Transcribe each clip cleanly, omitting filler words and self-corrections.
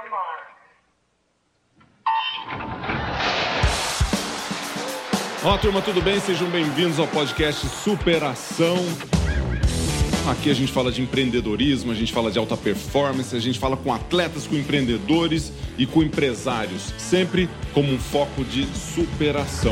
Olá, turma, tudo bem? Sejam bem-vindos ao podcast Superação. Aqui a gente fala de empreendedorismo, a gente fala de alta performance, a gente fala com atletas, com empreendedores e com empresários, sempre como um foco de superação.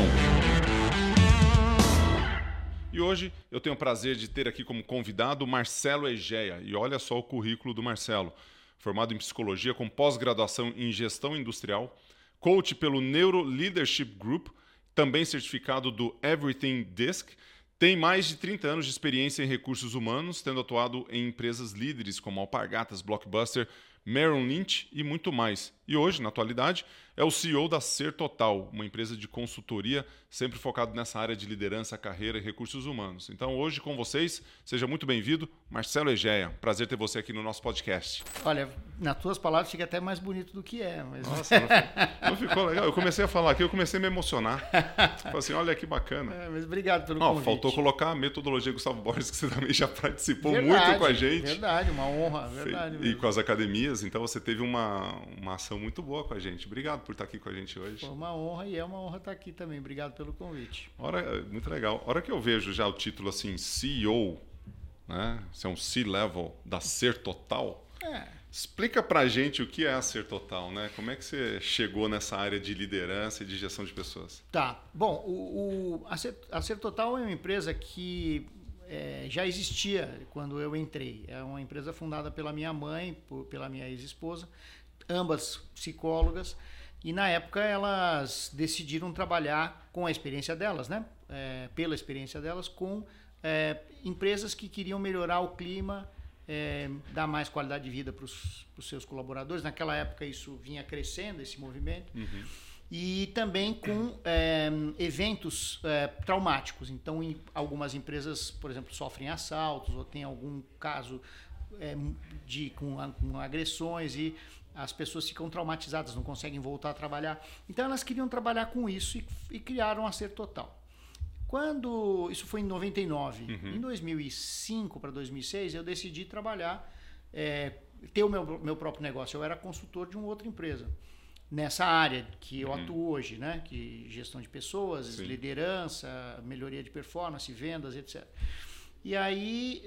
E hoje eu tenho o prazer de ter aqui como convidado o Marcelo Egea. E olha só o currículo do Marcelo. Formado em psicologia com pós-graduação em gestão industrial, coach pelo Neuro Leadership Group, também certificado do Everything Disc, tem mais de 30 anos de experiência em recursos humanos, tendo atuado em empresas líderes como Alpargatas, Blockbuster, Merrill Lynch e muito mais. E hoje, na atualidade, é o CEO da Ser Total, uma empresa de consultoria sempre focado nessa área de liderança, carreira e recursos humanos. Então, hoje com vocês, seja muito bem-vindo, Marcelo Egea. Prazer ter você aqui no nosso podcast. Olha, nas tuas palavras fica até mais bonito do que é. Mas... Nossa, não ficou legal? Eu comecei a falar aqui, eu comecei a me emocionar. Falei assim, olha que bacana. Mas obrigado pelo convite. Faltou colocar a metodologia Gustavo Borges, que você também já participou verdade, muito com a gente. Verdade, uma honra, verdade. E com as academias, então você teve uma ação muito boa com a gente. Obrigado por estar aqui com a gente hoje. Foi uma honra e é uma honra estar aqui também. Obrigado pelo convite. Muito legal. A hora que eu vejo já o título assim, CEO, né? Você é um C-Level da Ser Total. Explica pra gente o que é a Ser Total, né? Como é que você chegou nessa área de liderança e de gestão de pessoas? Tá. Bom, a Ser Total é uma empresa que já existia quando eu entrei. É uma empresa fundada pela minha mãe, pela minha ex-esposa, ambas psicólogas. E na época elas decidiram trabalhar com a experiência delas, né? Pela experiência delas, com empresas que queriam melhorar o clima, dar mais qualidade de vida para os seus colaboradores. Naquela época isso vinha crescendo, esse movimento. Uhum. E também com eventos traumáticos. Então, algumas empresas, por exemplo, sofrem assaltos ou tem algum caso com agressões e as pessoas ficam traumatizadas, não conseguem voltar a trabalhar. Então, elas queriam trabalhar com isso e criaram a Ser Total. Isso foi em 99. Uhum. Em 2005 para 2006, eu decidi trabalhar, ter o meu próprio negócio. Eu era consultor de uma outra empresa nessa área que eu atuo hoje, né? Que gestão de pessoas, sim, liderança, melhoria de performance, vendas, etc. E aí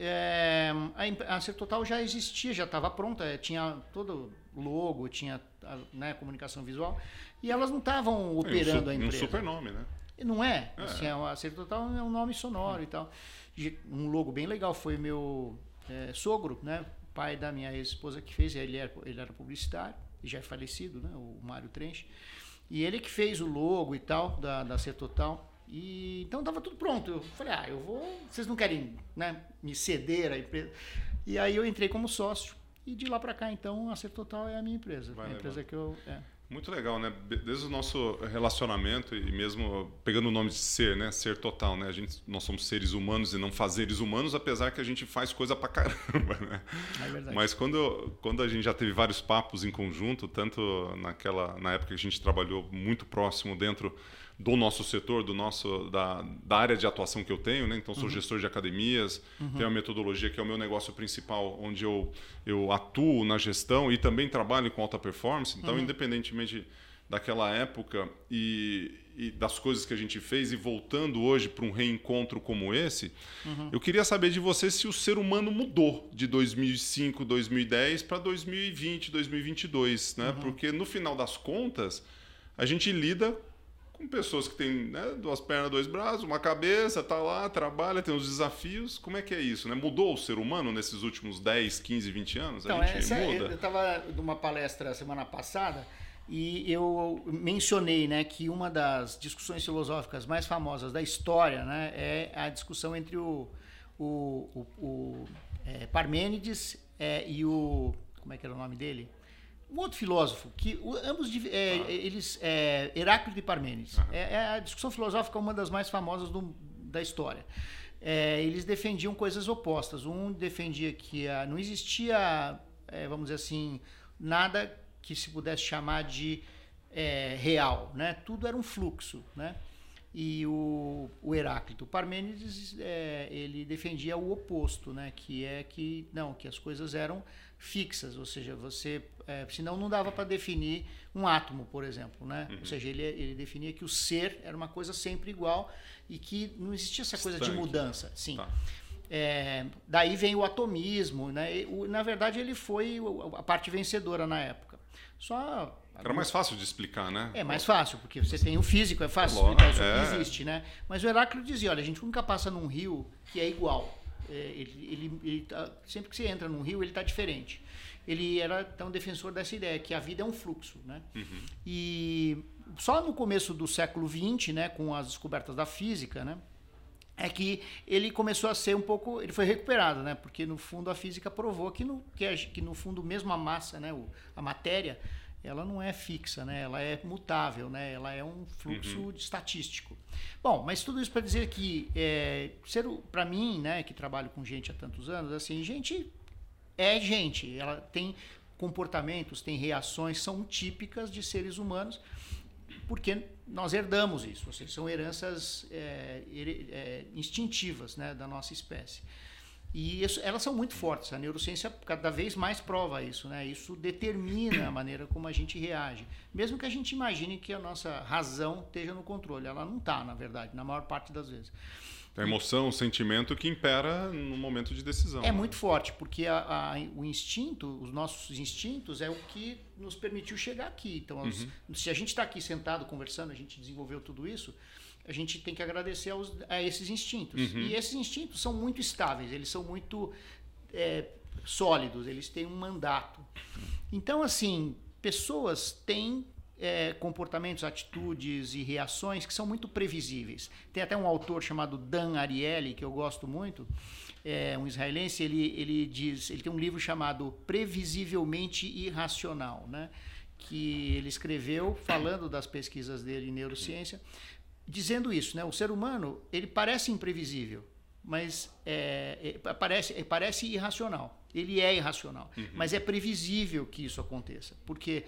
a Ser Total já existia, já estava pronta, tinha todo logo, tinha comunicação visual, e elas não estavam operando a empresa. Um super nome, né? Não é? Assim, a Ser Total é um nome sonoro e tal. Um logo bem legal foi meu sogro, né? Pai da minha ex-esposa que fez, ele era publicitário, já é falecido, né? O Mário Trench. E ele que fez o logo e tal da Ser Total. E então estava tudo pronto. Eu falei, vocês não querem, né, me ceder a empresa? E aí eu entrei como sócio. E de lá para cá, então, a Ser Total é a minha empresa. A empresa que eu... Muito legal, né? Desde o nosso relacionamento e mesmo pegando o nome de ser, né? Ser Total, né? Nós somos seres humanos e não fazeres humanos, apesar que a gente faz coisa pra caramba, né? É verdade. Mas quando a gente já teve vários papos em conjunto, tanto na época que a gente trabalhou muito próximo dentro do nosso setor, da área de atuação que eu tenho, né? Então, sou gestor de academias, tenho a metodologia que é o meu negócio principal, onde eu atuo na gestão e também trabalho com alta performance. Então, independentemente daquela época e das coisas que a gente fez e voltando hoje para um reencontro como esse, eu queria saber de você se o ser humano mudou de 2005, 2010 para 2020, 2022, né? Porque, no final das contas, a gente lida com pessoas que têm, né, 2 pernas, 2 braços, uma cabeça, tá lá, trabalha, tem os desafios. Como é que é isso, né? Mudou o ser humano nesses últimos 10, 15, 20 anos? Então, a gente muda? Eu estava numa palestra semana passada e eu mencionei, né, que uma das discussões filosóficas mais famosas da história, né, é a discussão entre o Parmênides e o... Como é que era o nome dele? Um outro filósofo, que ambos Heráclito e Parmênides. A discussão filosófica é uma das mais famosas da história. Eles defendiam coisas opostas. Um defendia que não existia, vamos dizer assim, nada que se pudesse chamar de real, né? Tudo era um fluxo, né? E o Heráclito, o Parmênides, ele defendia o oposto, né? Que as coisas eram fixas, ou seja, senão não dava para definir um átomo, por exemplo, né? Ou seja, ele definia que o ser era uma coisa sempre igual e que não existia essa coisa de mudança. Sim. Tá. Daí vem o atomismo, né? Na verdade, ele foi a parte vencedora na época. Era mais fácil de explicar, né? É mais fácil, porque você tem o físico, é fácil explicar isso que existe, né? Mas o Heráclito dizia, olha, a gente nunca passa num rio que é igual. Sempre que você entra num rio, ele está diferente. Ele era então defensor dessa ideia, que a vida é um fluxo, né? E só no começo do século XX, né, com as descobertas da física, né, é que ele começou a ser um pouco, ele foi recuperado, né? Porque no fundo a física provou que no fundo mesmo a massa, né, a matéria, ela não é fixa, né? Ela é mutável, né? Ela é um fluxo estatístico. Bom, mas tudo isso para dizer que para mim, né, que trabalho com gente há tantos anos, assim, gente, ela tem comportamentos, tem reações, são típicas de seres humanos, porque nós herdamos isso, ou seja, são heranças instintivas, né, da nossa espécie. E elas são muito fortes, a neurociência cada vez mais prova isso, né? Isso determina a maneira como a gente reage. Mesmo que a gente imagine que a nossa razão esteja no controle, ela não está, na verdade, na maior parte das vezes. A emoção, o sentimento que impera no momento de decisão. É muito forte, porque o instinto, os nossos instintos, é o que nos permitiu chegar aqui. Então, se a gente está aqui sentado conversando, a gente desenvolveu tudo isso, a gente tem que agradecer a esses instintos. E esses instintos são muito estáveis, eles são muito sólidos, eles têm um mandato. Então, assim, pessoas têm comportamentos, atitudes e reações que são muito previsíveis. Tem até um autor chamado Dan Ariely, que eu gosto muito, um israelense, ele tem um livro chamado Previsivelmente Irracional, né? Que ele escreveu falando das pesquisas dele em neurociência, dizendo isso, né? O ser humano, ele parece imprevisível, mas parece irracional. Ele é irracional, mas é previsível que isso aconteça, porque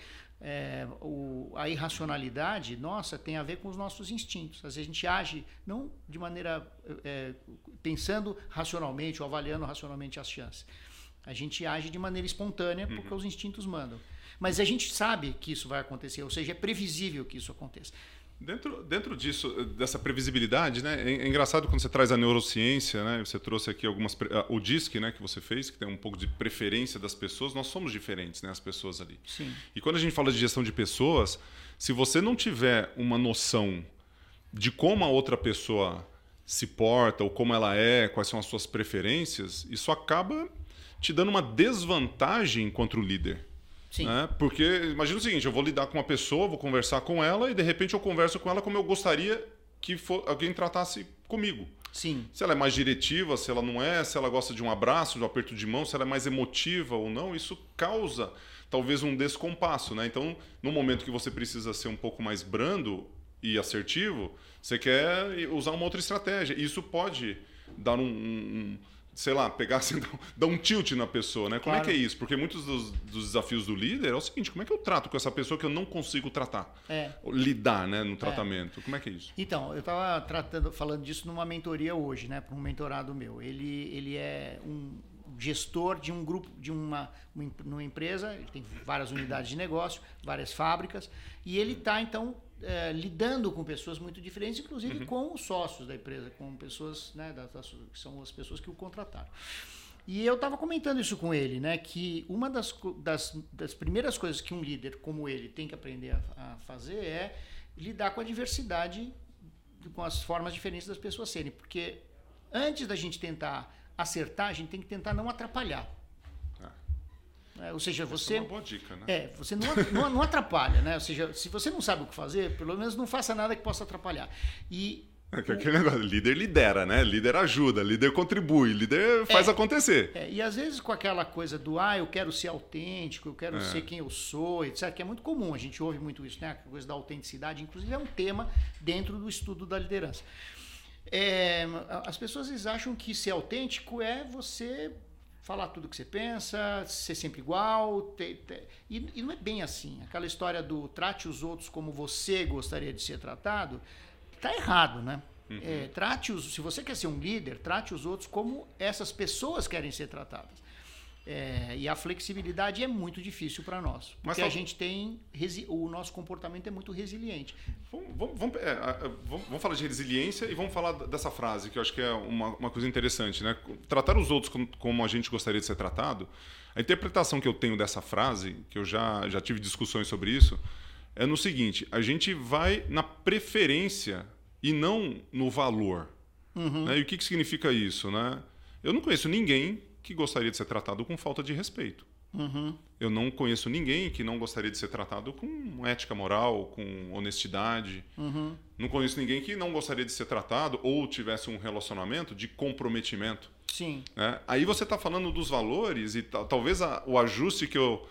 a irracionalidade nossa tem a ver com os nossos instintos. Às vezes a gente age não de maneira pensando racionalmente ou avaliando racionalmente as chances. A gente age de maneira espontânea porque os instintos mandam. Mas a gente sabe que isso vai acontecer, ou seja, é previsível que isso aconteça. Dentro disso, dessa previsibilidade, né? É engraçado quando você traz a neurociência, né? Você trouxe aqui o DISC, né, que você fez, que tem um pouco de preferência das pessoas. Nós somos diferentes, né, as pessoas ali. Sim. E quando a gente fala de gestão de pessoas, se você não tiver uma noção de como a outra pessoa se porta ou como ela é, quais são as suas preferências, isso acaba te dando uma desvantagem contra o líder. Sim. Né? Porque imagina o seguinte, eu vou lidar com uma pessoa, vou conversar com ela e de repente eu converso com ela como eu gostaria que alguém tratasse comigo. Sim. Se ela é mais diretiva, se ela não é, se ela gosta de um abraço, de um aperto de mão, se ela é mais emotiva ou não, isso causa talvez um descompasso, né? Então, no momento que você precisa ser um pouco mais brando e assertivo, você quer usar uma outra estratégia. Isso pode dar sei lá, pegar assim, dar um tilt na pessoa, né? Como é que é isso? Porque muitos dos desafios do líder é o seguinte, como é que eu trato com essa pessoa que eu não consigo tratar? Lidar, né, no tratamento. Como é que é isso? Então, eu estava falando disso numa mentoria hoje, né, para um mentorado meu. Ele é um gestor de um grupo, numa empresa, ele tem várias unidades de negócio, várias fábricas, e ele está, então, lidando com pessoas muito diferentes, inclusive com os sócios da empresa, com pessoas, né, que são as pessoas que o contrataram. E eu estava comentando isso com ele, né, que uma das primeiras coisas que um líder como ele tem que aprender a fazer é lidar com a diversidade, com as formas diferentes das pessoas serem, porque antes da gente tentar acertar, a gente tem que tentar não atrapalhar. Ou seja, você... Essa é uma boa dica, né? Você não atrapalha, né? Ou seja, se você não sabe o que fazer, pelo menos não faça nada que possa atrapalhar. Aquele negócio, líder lidera, né? Líder ajuda, líder contribui, líder faz acontecer. E às vezes com aquela coisa do, eu quero ser autêntico, eu quero ser quem eu sou, etc., que é muito comum, a gente ouve muito isso, né? A coisa da autenticidade, inclusive é um tema dentro do estudo da liderança. As pessoas às vezes acham que ser autêntico é você falar tudo o que você pensa, ser sempre igual, e não é bem assim. Aquela história do trate os outros como você gostaria de ser tratado, está errado, né? Se você quer ser um líder, trate os outros como essas pessoas querem ser tratadas. E a flexibilidade é muito difícil para nós, porque a gente tem o nosso comportamento é muito resiliente. Vamos falar de resiliência e vamos falar dessa frase, que eu acho que é uma coisa interessante, né? Tratar os outros como a gente gostaria de ser tratado. A interpretação que eu tenho dessa frase, que eu já tive discussões sobre isso, é no seguinte: a gente vai na preferência e não no valor. Né? E o que significa isso? Né? Eu não conheço ninguém que gostaria de ser tratado com falta de respeito. Eu não conheço ninguém que não gostaria de ser tratado com ética moral, com honestidade. Não conheço ninguém que não gostaria de ser tratado ou tivesse um relacionamento de comprometimento. Sim. Né? Aí você está falando dos valores e talvez o ajuste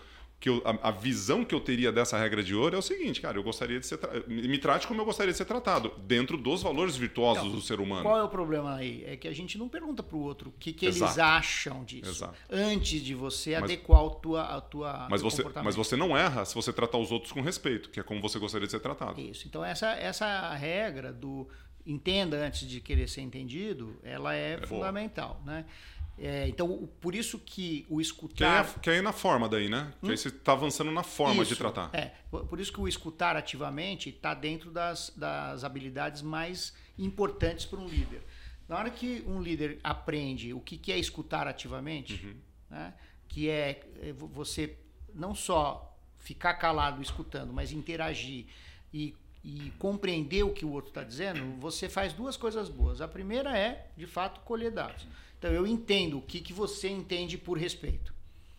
a visão que eu teria dessa regra de ouro é o seguinte, cara, eu gostaria de ser me trate como eu gostaria de ser tratado, dentro dos valores virtuosos do ser humano. Qual é o problema aí? É que a gente não pergunta para o outro o que eles acham disso, antes de você adequar a tua comportamento. Mas você não erra se você tratar os outros com respeito, que é como você gostaria de ser tratado. Isso. Então essa regra do entenda antes de querer ser entendido, ela é fundamental, né? Então, por isso que o escutar... Que é na forma daí, né? Que aí você está avançando na forma de tratar. Por isso que o escutar ativamente está dentro das habilidades mais importantes para um líder. Na hora que um líder aprende o que é escutar ativamente, né? Que é você não só ficar calado escutando, mas interagir e compreender o que o outro está dizendo, você faz duas coisas boas. A primeira é, de fato, colher dados. Então, eu entendo o que você entende por respeito.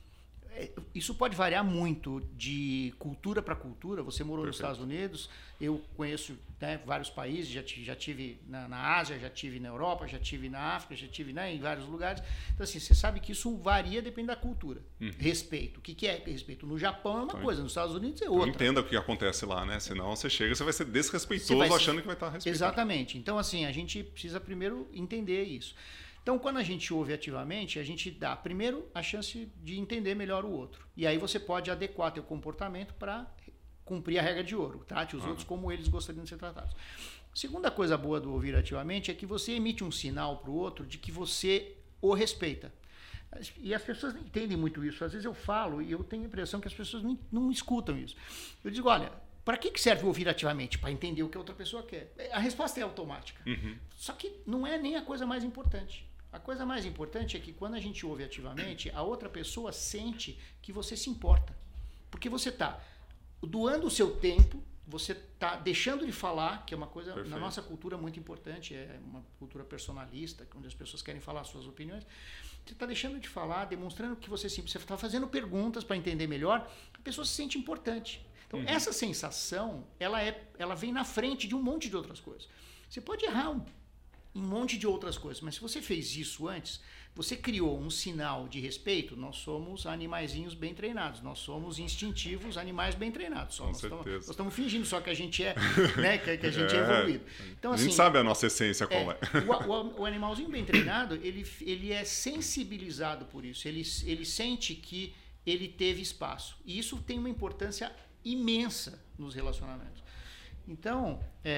Isso pode variar muito de cultura para cultura. Você morou nos Estados Unidos, eu conheço, né, vários países, já tive na Ásia, já tive na Europa, já tive na África, já tive, né, em vários lugares. Então, assim, você sabe que isso varia, depende da cultura. Respeito. O que é respeito? No Japão é uma coisa, nos Estados Unidos é outra. Entenda o que acontece lá, né? Senão você chega, você vai ser desrespeitoso achando que vai estar respeitando. Exatamente. Então, assim, a gente precisa primeiro entender isso. Então, quando a gente ouve ativamente, a gente dá, primeiro, a chance de entender melhor o outro. E aí você pode adequar teu comportamento para cumprir a regra de ouro. Trate os outros como eles gostariam de ser tratados. Segunda coisa boa do ouvir ativamente é que você emite um sinal para o outro de que você o respeita. E as pessoas não entendem muito isso. Às vezes eu falo e eu tenho a impressão que as pessoas não escutam isso. Eu digo, olha, para que serve ouvir ativamente? Para entender o que a outra pessoa quer. A resposta é automática. Só que não é nem a coisa mais importante. A coisa mais importante é que quando a gente ouve ativamente, a outra pessoa sente que você se importa. Porque você está doando o seu tempo, você está deixando de falar, que é uma coisa, na nossa cultura, muito importante, é uma cultura personalista, onde as pessoas querem falar suas opiniões. Você está deixando de falar, demonstrando que você está fazendo perguntas para entender melhor, a pessoa se sente importante. Então, essa sensação, ela vem na frente de um monte de outras coisas. Você pode errar um monte de outras coisas, mas se você fez isso antes, você criou um sinal de respeito. Nós somos animaizinhos bem treinados, nós somos instintivos, animais bem treinados. Nós estamos fingindo só que a gente é, né, que a gente é evoluído. Então, assim, a gente sabe a nossa essência como é. O animalzinho bem treinado, ele é sensibilizado por isso, ele sente que ele teve espaço. E isso tem uma importância imensa nos relacionamentos. Então,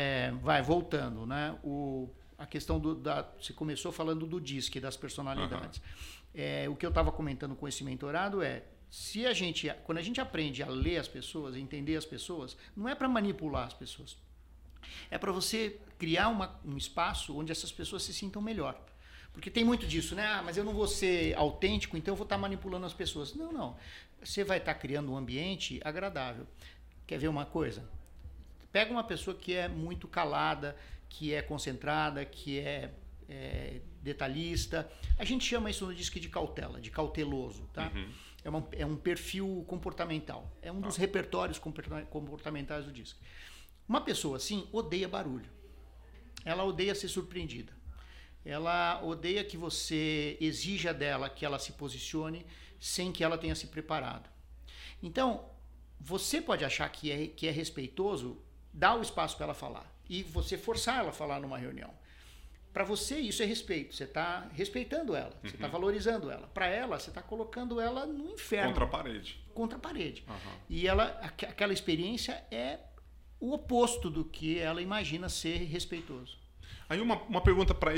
voltando, né? A questão você começou falando do DISC, das personalidades. O que eu estava comentando com esse mentorado quando a gente aprende a ler as pessoas, a entender as pessoas, não é para manipular as pessoas. É para você criar um espaço onde essas pessoas se sintam melhor. Porque tem muito disso, né? Mas eu não vou ser autêntico, então eu vou estar manipulando as pessoas. Não. Você vai estar criando um ambiente agradável. Quer ver uma coisa? Pega uma pessoa que é muito calada, que é concentrada, que é detalhista. A gente chama isso no DISC de cautela, de cauteloso. Tá? É um perfil comportamental. É um dos repertórios comportamentais do DISC. Uma pessoa assim odeia barulho. Ela odeia ser surpreendida. Ela odeia que você exija dela que ela se posicione sem que ela tenha se preparado. Então, você pode achar que é respeitoso, dar o espaço para ela falar. E você forçar ela a falar numa reunião. Para você, isso é respeito. Você está respeitando ela. Você está valorizando ela. Para ela, você está colocando ela no inferno. Contra a parede. E aquela experiência é o oposto do que ela imagina ser respeitoso. Aí uma pergunta para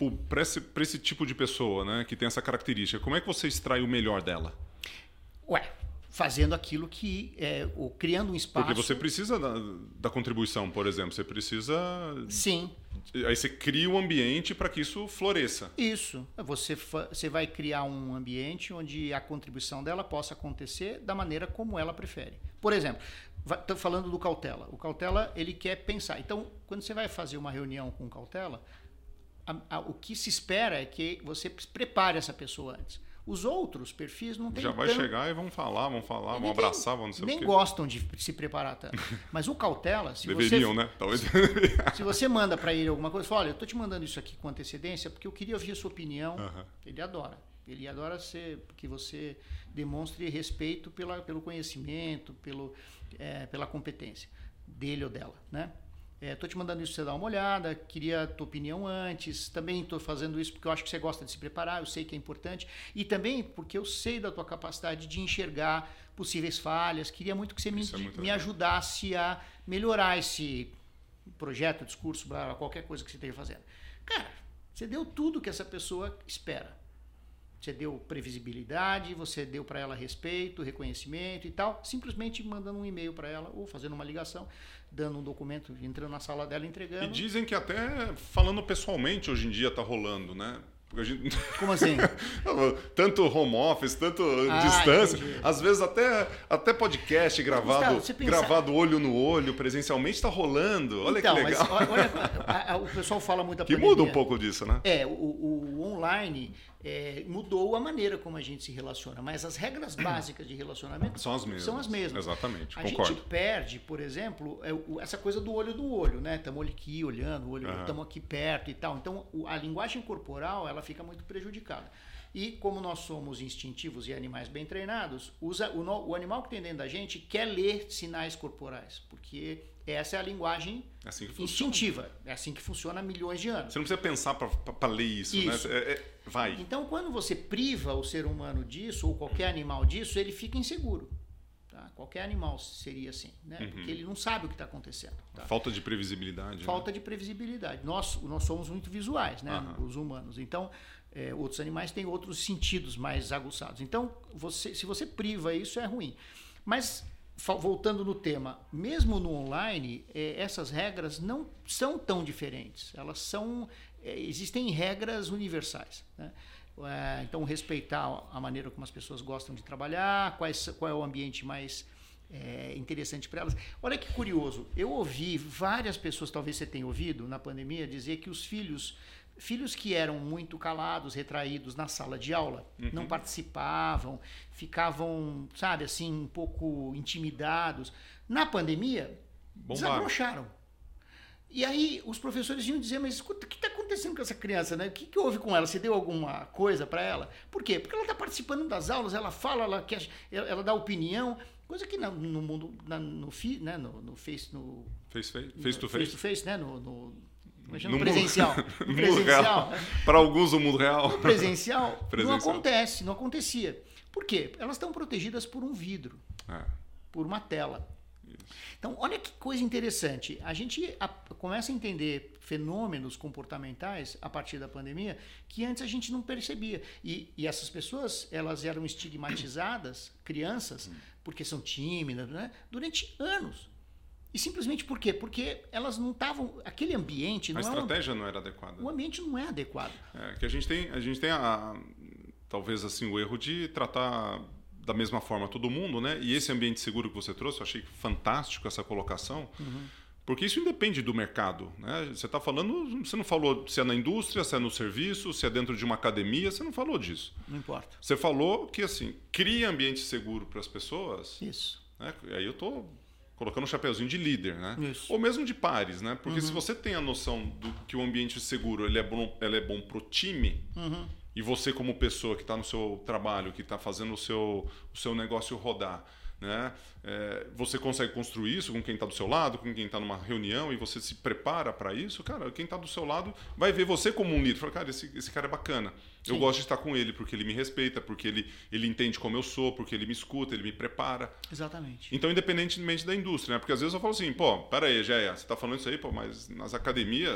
esse tipo de pessoa, né, que tem essa característica. Como é que você extrai o melhor dela? Ué, fazendo aquilo que ou criando um espaço. Porque você precisa da contribuição, por exemplo. Você precisa. Sim. Aí você cria um ambiente para que isso floresça. Isso. Você vai criar um ambiente onde a contribuição dela possa acontecer da maneira como ela prefere. Por exemplo, estou falando do Cautela. O Cautela, ele quer pensar. Então, quando você vai fazer uma reunião com o Cautela, o que se espera é que você prepare essa pessoa antes. Os outros perfis não tem Já vai chegar e vão falar, vão abraçar, vão não sei o quê. Nem gostam de se preparar tanto. Mas o Cautela, se Deveriam, você... né? Talvez. Se você manda para ele alguma coisa, fala, olha, eu estou te mandando isso aqui com antecedência porque eu queria ouvir a sua opinião. Ele adora. Ele adora que você demonstre respeito pelo conhecimento, pela competência dele ou dela, né? Estou te mandando isso para você dar uma olhada, queria a tua opinião antes, também estou fazendo isso porque eu acho que você gosta de se preparar, eu sei que é importante, e também porque eu sei da tua capacidade de enxergar possíveis falhas, queria muito que você me ajudasse a melhorar esse projeto, discurso, qualquer coisa que você esteja fazendo. Cara, você deu tudo que essa pessoa espera. Você deu previsibilidade, você deu para ela respeito, reconhecimento e tal, simplesmente mandando um e-mail para ela ou fazendo uma ligação, dando um documento, entrando na sala dela, entregando. E dizem que até falando pessoalmente hoje em dia está rolando, né? Como assim? Tanto home office, tanto distância. Entendi. Às vezes até podcast gravado olho no olho, presencialmente está rolando. Olha então, que legal. Mas olha, o pessoal fala muito da pandemia. Que muda um pouco disso, né? O online mudou a maneira como a gente se relaciona, mas as regras básicas de relacionamento são as mesmas. Exatamente, concordo. A gente perde, por exemplo, essa coisa do olho no olho, né? Estamos aqui olhando, estamos aqui perto e tal. Então, a linguagem corporal ela fica muito prejudicada. E como nós somos instintivos e animais bem treinados, o animal que tem dentro da gente quer ler sinais corporais, porque essa é a linguagem instintiva. É assim que funciona há milhões de anos. Você não precisa pensar para ler isso. Né? Vai. Então, quando você priva o ser humano disso, ou qualquer animal disso, ele fica inseguro. Tá? Qualquer animal seria assim, né? Porque ele não sabe o que está acontecendo. Tá? Falta de previsibilidade. Falta de previsibilidade. Nós somos muito visuais, né? Os humanos. Então, outros animais têm outros sentidos mais aguçados. Então, se você priva isso, é ruim. Mas, voltando no tema, mesmo no online, essas regras não são tão diferentes. Elas são... existem regras universais, né? Então, respeitar a maneira como as pessoas gostam de trabalhar, qual é o ambiente mais interessante para elas. Olha que curioso, eu ouvi várias pessoas, talvez você tenha ouvido na pandemia, dizer que os filhos que eram muito calados, retraídos na sala de aula, não participavam, ficavam, sabe, assim, um pouco intimidados. Na pandemia, desabrocharam. E aí os professores iam dizer, mas escuta, o que está acontecendo com essa criança, né? O que houve com ela? Você deu alguma coisa para ela? Por quê? Porque ela está participando das aulas, ela fala, ela dá opinião, coisa que no mundo, no face to face, né? No presencial. No presencial. Para alguns o mundo real. No presencial não acontecia. Por quê? Elas estão protegidas por um vidro, por uma tela. Então, olha que coisa interessante. A gente começa a entender fenômenos comportamentais a partir da pandemia que antes a gente não percebia. E essas pessoas, elas eram estigmatizadas, crianças, porque são tímidas, né? Durante anos. E simplesmente por quê? Porque elas não estavam... Aquele ambiente... A estratégia não era adequada. O ambiente não é adequado. Que a gente tem talvez assim, o erro de tratar da mesma forma todo mundo, né? E esse ambiente seguro que você trouxe, eu achei fantástico essa colocação, porque isso independe do mercado, né? Você está falando, você não falou se é na indústria, se é no serviço, se é dentro de uma academia, você não falou disso. Não importa. Você falou que, assim, cria ambiente seguro para as pessoas. Isso. Né? E aí eu estou colocando um chapeuzinho de líder, né? Isso. Ou mesmo de pares, né? Porque se você tem a noção do que o ambiente seguro ele é bom para o time, e você como pessoa que está no seu trabalho, que está fazendo o seu negócio rodar, né? Você consegue construir isso com quem está do seu lado, com quem está numa reunião, e você se prepara para isso, cara, quem está do seu lado vai ver você como um líder. Fala, cara, esse cara é bacana. Sim. Eu gosto de estar com ele porque ele me respeita, porque ele entende como eu sou, porque ele me escuta, ele me prepara. Exatamente. Então, independentemente da indústria, né? Porque às vezes eu falo assim, pô, pera aí, Géia, você está falando isso aí, pô, mas nas academias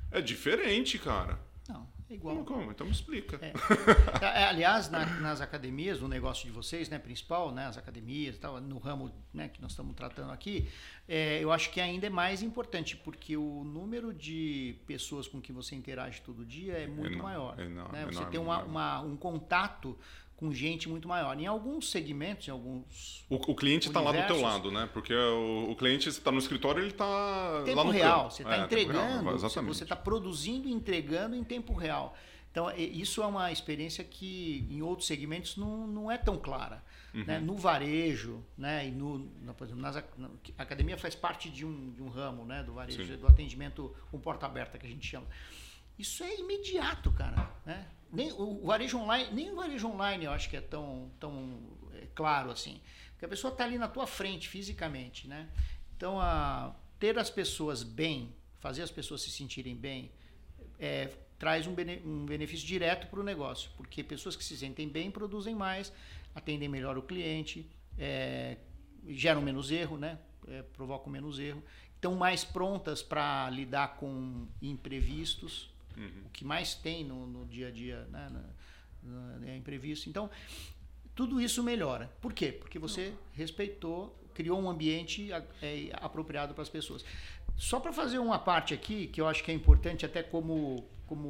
É diferente, cara. Não, é igual. Como? Então me explica. Aliás, nas academias, no negócio de vocês, né, principal, né, as academias e tal, no ramo, né, que nós estamos tratando aqui, eu acho que ainda é mais importante, porque o número de pessoas com que você interage todo dia é muito maior. Né? Você tem um contato com gente muito maior. Em alguns segmentos, em alguns O cliente está lá do teu lado, né? Porque o cliente está no escritório, ele está lá no real. campo. Você está entregando, você está produzindo e entregando em tempo real. Então, isso é uma experiência que em outros segmentos não é tão clara. Né? No varejo, né? E por exemplo, a academia faz parte de um ramo, né? Do varejo, do atendimento com porta aberta, que a gente chama. Isso é imediato, cara. Né? Nem o varejo online eu acho que é tão claro assim. Porque a pessoa está ali na tua frente, fisicamente. Né? Então, ter as pessoas bem, fazer as pessoas se sentirem bem, traz um benefício direto para o negócio. Porque pessoas que se sentem bem produzem mais, atendem melhor o cliente, geram menos erro, né? Provocam menos erro. Estão mais prontas para lidar com imprevistos. O que mais tem no dia a dia, né, é imprevisto. Então, tudo isso melhora. Por quê? Porque você respeitou, criou um ambiente apropriado para as pessoas. Só para fazer uma parte aqui, que eu acho que é importante até como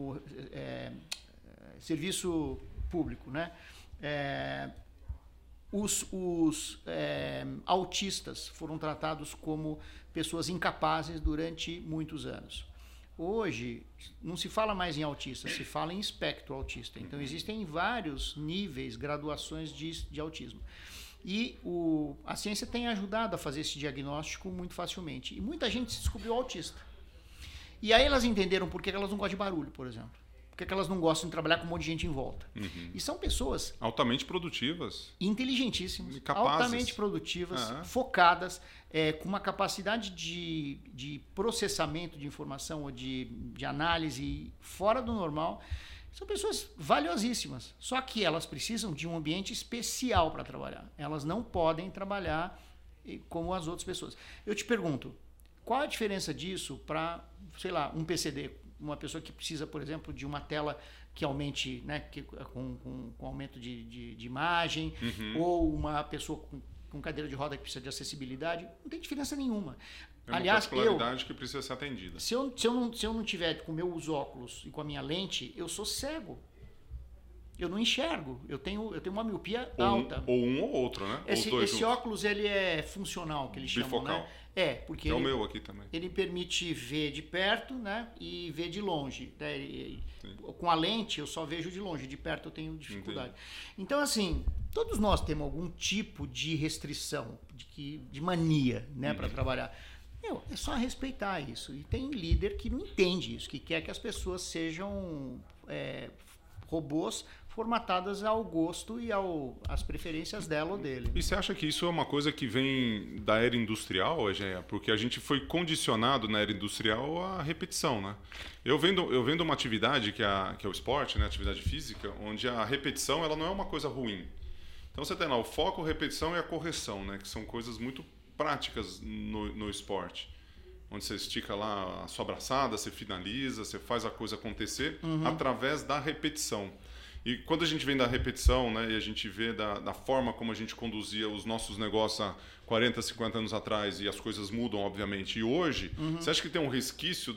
serviço público, né? Os autistas foram tratados como pessoas incapazes durante muitos anos. Hoje, não se fala mais em autista, se fala em espectro autista. Então, existem vários níveis, graduações de autismo. E a ciência tem ajudado a fazer esse diagnóstico muito facilmente. E muita gente se descobriu autista. E aí elas entenderam por que elas não gostam de barulho, por exemplo. Por que elas não gostam de trabalhar com um monte de gente em volta. E são pessoas... altamente produtivas. Inteligentíssimas. Capazes. Altamente produtivas, focadas, com uma capacidade de processamento de informação ou de análise fora do normal. São pessoas valiosíssimas. Só que elas precisam de um ambiente especial para trabalhar. Elas não podem trabalhar como as outras pessoas. Eu te pergunto, qual a diferença disso para, sei lá, um PCD? Uma pessoa que precisa, por exemplo, de uma tela que aumente, né, com aumento de imagem, ou uma pessoa com cadeira de roda que precisa de acessibilidade, não tem diferença nenhuma. É uma particularidade que precisa ser atendida. Se eu não tiver com meus óculos e com a minha lente, eu sou cego. Eu não enxergo. Eu tenho uma miopia alta. Ou um ou outro, né? Esse óculos ele é funcional, que eles chamam, bifocal. Né? Porque o meu aqui também. Ele permite ver de perto, né, e ver de longe. Né? Com a lente eu só vejo de longe, de perto eu tenho dificuldade. Entendi. Então, assim, todos nós temos algum tipo de restrição, de mania, né, para trabalhar. É só respeitar isso. E tem líder que não entende isso, que quer que as pessoas sejam robôs formatadas ao gosto e às preferências dela ou dele. E você acha que isso é uma coisa que vem da era industrial, Egeia? Porque a gente foi condicionado na era industrial à repetição, né? Eu vendo uma atividade que é o esporte, né? Atividade física, onde a repetição ela não é uma coisa ruim. Então você tem lá o foco, a repetição e a correção, né? Que são coisas muito práticas no esporte. Onde você estica lá a sua braçada, você finaliza, você faz a coisa acontecer através da repetição. E quando a gente vem da repetição, né, e a gente vê da forma como a gente conduzia os nossos negócios há 40, 50 anos atrás, e as coisas mudam, obviamente, e hoje, você acha que tem um resquício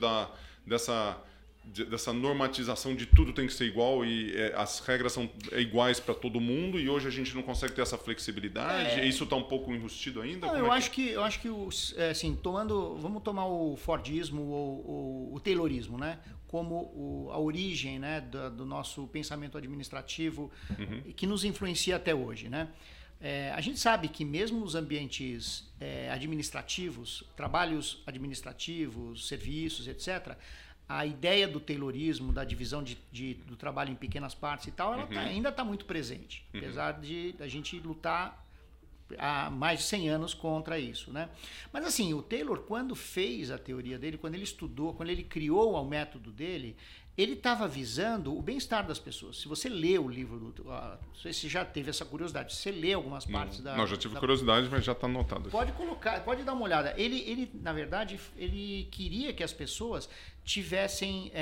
dessa normatização de tudo tem que ser igual e as regras são iguais para todo mundo, e hoje a gente não consegue ter essa flexibilidade? Isso está um pouco enrustido ainda? Não, eu acho que assim, vamos tomar o Fordismo ou o Taylorismo, né? Como a origem, né, do nosso pensamento administrativo, que nos influencia até hoje, né? A gente sabe que mesmo nos ambientes administrativos, trabalhos administrativos, serviços, etc., a ideia do Taylorismo, da divisão do trabalho em pequenas partes e tal, ela ainda está muito presente. Apesar de a gente lutar há mais de 100 anos contra isso, né? Mas assim, o Taylor, quando fez a teoria dele, quando ele estudou, quando ele criou o método dele, ele estava visando o bem-estar das pessoas. Se você lê o livro, não sei se já teve essa curiosidade, se você lê algumas partes Não, já tive curiosidade, mas já está anotado. Pode colocar, pode dar uma olhada. Ele na verdade, ele queria que as pessoas tivessem,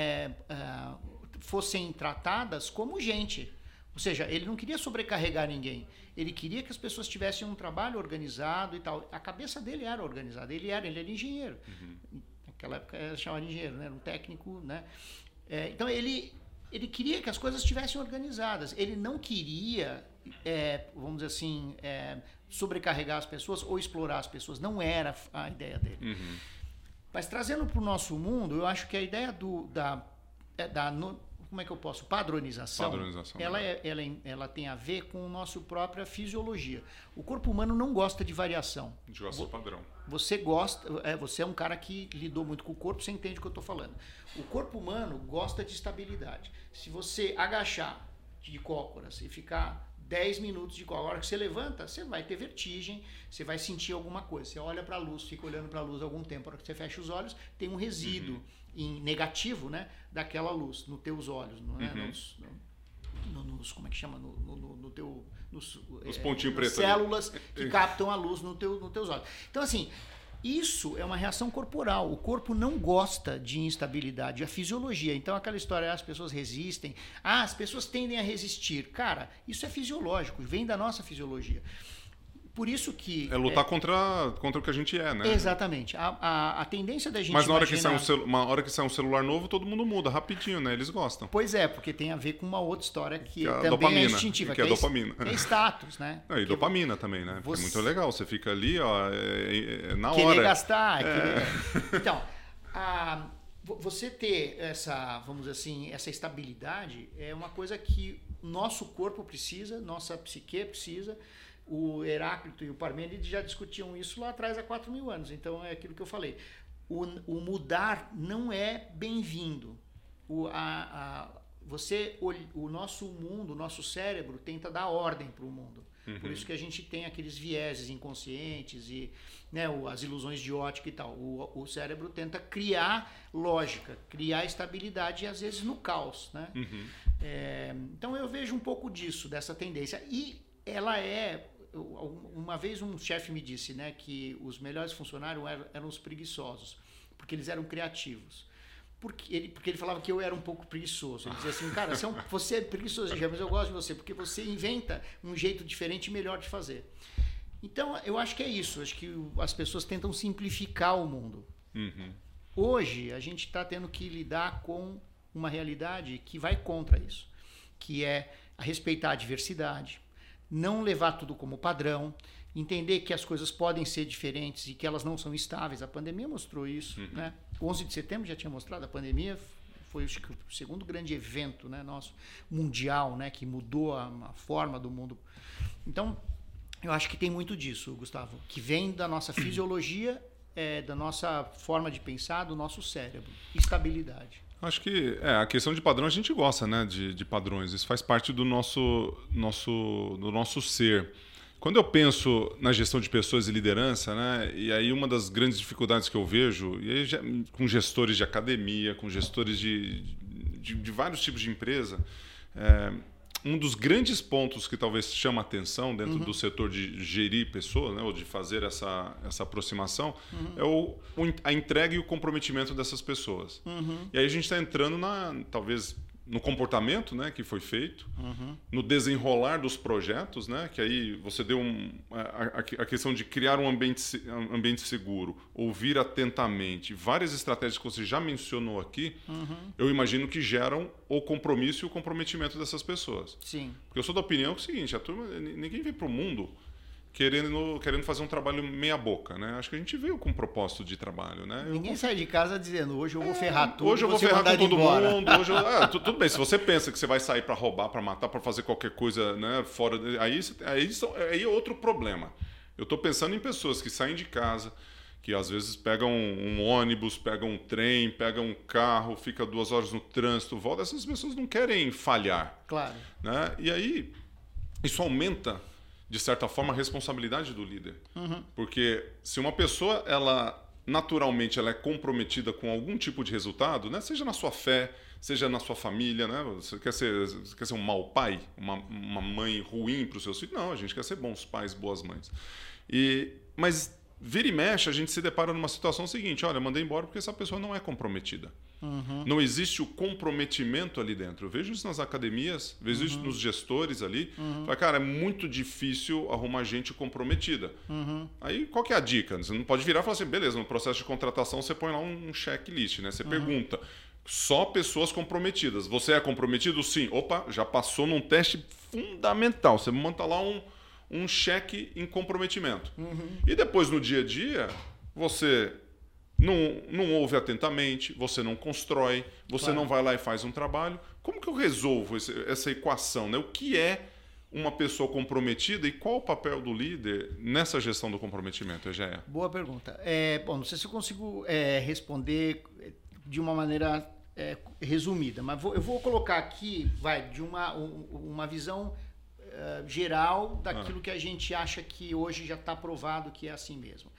fossem tratadas como gente. Ou seja, ele não queria sobrecarregar ninguém. Ele queria que as pessoas tivessem um trabalho organizado e tal. A cabeça dele era organizada. Ele era engenheiro. Naquela época era chamado de engenheiro, né? Era um técnico, né? Então ele queria que as coisas estivessem organizadas. Ele não queria, vamos dizer assim, sobrecarregar as pessoas ou explorar as pessoas. Não era a ideia dele. Mas trazendo para o nosso mundo, eu acho que a ideia como é que eu posso? Padronização. Ela tem a ver com a nossa própria fisiologia. O corpo humano não gosta de variação. A gente gosta do padrão. Você gosta, você é um cara que lidou muito com o corpo, você entende o que eu estou falando. O corpo humano gosta de estabilidade. Se você agachar de cócoras e ficar 10 minutos de cócoras, a hora que você levanta, você vai ter vertigem, você vai sentir alguma coisa. Você olha para a luz, fica olhando para a luz algum tempo, a hora que você fecha os olhos, tem um resíduo negativo, né, daquela luz nos teus olhos, não é? Como é que chama? Os pontinhos pretos. Células que captam a luz nos teus olhos. Então, assim, isso é uma reação corporal. O corpo não gosta de instabilidade, a fisiologia. Então, aquela história, as pessoas resistem. As pessoas tendem a resistir. Cara, isso é fisiológico, vem da nossa fisiologia. Por isso que... É lutar contra o que a gente é, né? Exatamente. A tendência da gente Mas na hora que sai um celular novo, todo mundo muda rapidinho, né? Eles gostam. Pois é, porque tem a ver com uma outra história que também dopamina, é instintiva. Que é dopamina. É status, né? E dopamina também, né? Porque é muito legal. Você fica ali, ó, na hora. Querer gastar. Então, você ter vamos dizer assim, essa estabilidade é uma coisa que nosso corpo precisa, nossa psique precisa. O Heráclito e o Parmênides já discutiam isso lá atrás há 4.000 anos. Então é aquilo que eu falei. O mudar não é bem-vindo. O nosso mundo, o nosso cérebro tenta dar ordem para o mundo. Por isso que a gente tem aqueles vieses inconscientes e, né, as ilusões de ótica e tal. O cérebro tenta criar lógica, criar estabilidade e às vezes no caos, né? Então eu vejo um pouco disso, dessa tendência. E ela uma vez um chefe me disse, né, que os melhores funcionários eram os preguiçosos, porque eles eram criativos. Porque ele falava que eu era um pouco preguiçoso. Ele dizia assim, cara, você é preguiçoso, mas eu gosto de você, porque você inventa um jeito diferente e melhor de fazer. Então, eu acho que é isso. Acho que as pessoas tentam simplificar o mundo. Hoje, a gente está tendo que lidar com uma realidade que vai contra isso, que é respeitar a diversidade, não levar tudo como padrão, entender que as coisas podem ser diferentes e que elas não são estáveis. A pandemia mostrou isso, né? 11 de setembro já tinha mostrado, a pandemia foi o segundo grande evento, né, nosso, mundial, né, que mudou a forma do mundo. Então, eu acho que tem muito disso, Gustavo, que vem da nossa fisiologia, da nossa forma de pensar, do nosso cérebro. Estabilidade. Acho que a questão de padrão a gente gosta, né, de padrões. Isso faz parte do nosso ser. Quando eu penso na gestão de pessoas e liderança, né, e aí uma das grandes dificuldades que eu vejo, e aí com gestores de academia, com gestores de vários tipos de empresa, um dos grandes pontos que talvez chama atenção dentro do setor de gerir pessoas, né, ou de fazer essa aproximação, é a entrega e o comprometimento dessas pessoas. E aí a gente está entrando talvez no comportamento, né, que foi feito, no desenrolar dos projetos, né, que aí você deu a questão de criar um ambiente seguro, ouvir atentamente, várias estratégias que você já mencionou aqui, eu imagino que geram o compromisso e o comprometimento dessas pessoas. Sim. Porque eu sou da opinião que é o seguinte, ninguém vem para o mundo querendo fazer um trabalho meia boca, né? Acho que a gente veio com um propósito de trabalho, né? Ninguém sai de casa dizendo, hoje eu vou ferrar tudo, hoje eu vou ferrar com todo mundo, hoje tudo bem, se você pensa que você vai sair para roubar, para matar, para fazer qualquer coisa, né, fora, aí é outro problema. Eu estou pensando em pessoas que saem de casa, que às vezes pegam um ônibus, pegam um trem, pegam um carro, fica 2 horas no trânsito, volta, essas pessoas não querem falhar. Claro. Né? E aí, isso aumenta de certa forma, a responsabilidade do líder. Porque se uma pessoa, naturalmente, ela é comprometida com algum tipo de resultado, né? Seja na sua fé, seja na sua família, né? Você quer ser um mau pai? Uma mãe ruim para os seus filhos? Não, a gente quer ser bons pais, boas mães. Mas vira e mexe, a gente se depara numa situação seguinte: olha, mandei embora porque essa pessoa não é comprometida. Não existe o comprometimento ali dentro. Eu vejo isso nas academias, vejo isso nos gestores ali. Fala, cara, é muito difícil arrumar gente comprometida. Aí, qual que é a dica? Você não pode virar e falar assim, beleza, no processo de contratação você põe lá um checklist, né? Você pergunta, só pessoas comprometidas. Você é comprometido? Sim. Opa, já passou num teste fundamental. Você monta lá um cheque em comprometimento. E depois, no dia a dia, você não ouve atentamente, você não constrói, você não vai lá e faz um trabalho. Como que eu resolvo essa equação, né? O que é uma pessoa comprometida e qual o papel do líder nessa gestão do comprometimento, Egea? Boa pergunta. Bom, não sei se eu consigo responder de uma maneira resumida, mas eu vou colocar aqui de uma visão geral daquilo que a gente acha que hoje já está provado que é assim mesmo.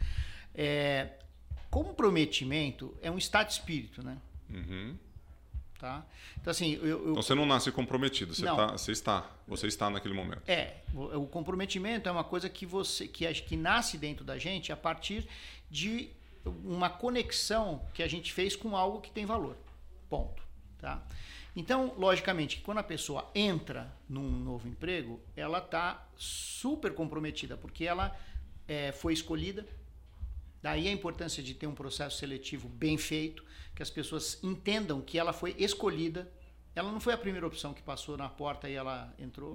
Comprometimento é um estado de espírito, né? Tá? Então, assim, então você não nasce comprometido, você está naquele momento. O comprometimento é uma coisa que nasce dentro da gente a partir de uma conexão que a gente fez com algo que tem valor. Ponto. Tá? Então, logicamente, quando a pessoa entra num novo emprego, ela está super comprometida, porque ela foi escolhida. Daí a importância de ter um processo seletivo bem feito, que as pessoas entendam que ela foi escolhida. Ela não foi a primeira opção que passou na porta e ela entrou.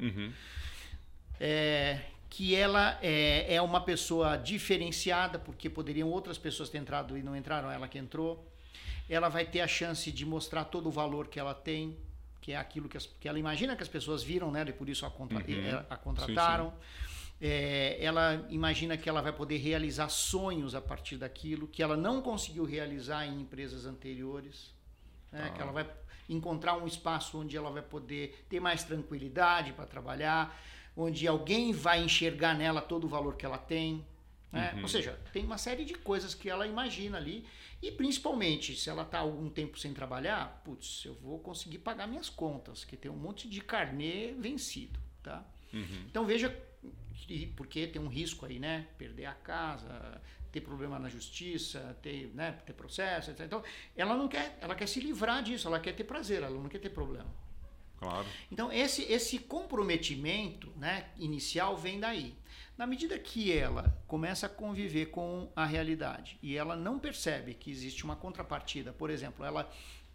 Que ela é uma pessoa diferenciada, porque poderiam outras pessoas ter entrado e não entraram, ela que entrou. Ela vai ter a chance de mostrar todo o valor que ela tem, que é aquilo que ela imagina que as pessoas viram, né? E por isso a contrataram. Sim. Ela imagina que ela vai poder realizar sonhos a partir daquilo que ela não conseguiu realizar em empresas anteriores, né? Que ela vai encontrar um espaço onde ela vai poder ter mais tranquilidade para trabalhar, onde alguém vai enxergar nela todo o valor que ela tem, né? Ou seja, tem uma série de coisas que ela imagina ali, e principalmente se ela está algum tempo sem trabalhar, eu vou conseguir pagar minhas contas, que tem um monte de carnê vencido, tá? Então veja, porque tem um risco aí, né? Perder a casa, ter problema na justiça, ter processo, etc. Então, ela quer se livrar disso, ela quer ter prazer, ela não quer ter problema. Claro. Então, esse comprometimento, né, inicial vem daí. Na medida que ela começa a conviver com a realidade e ela não percebe que existe uma contrapartida, por exemplo, ela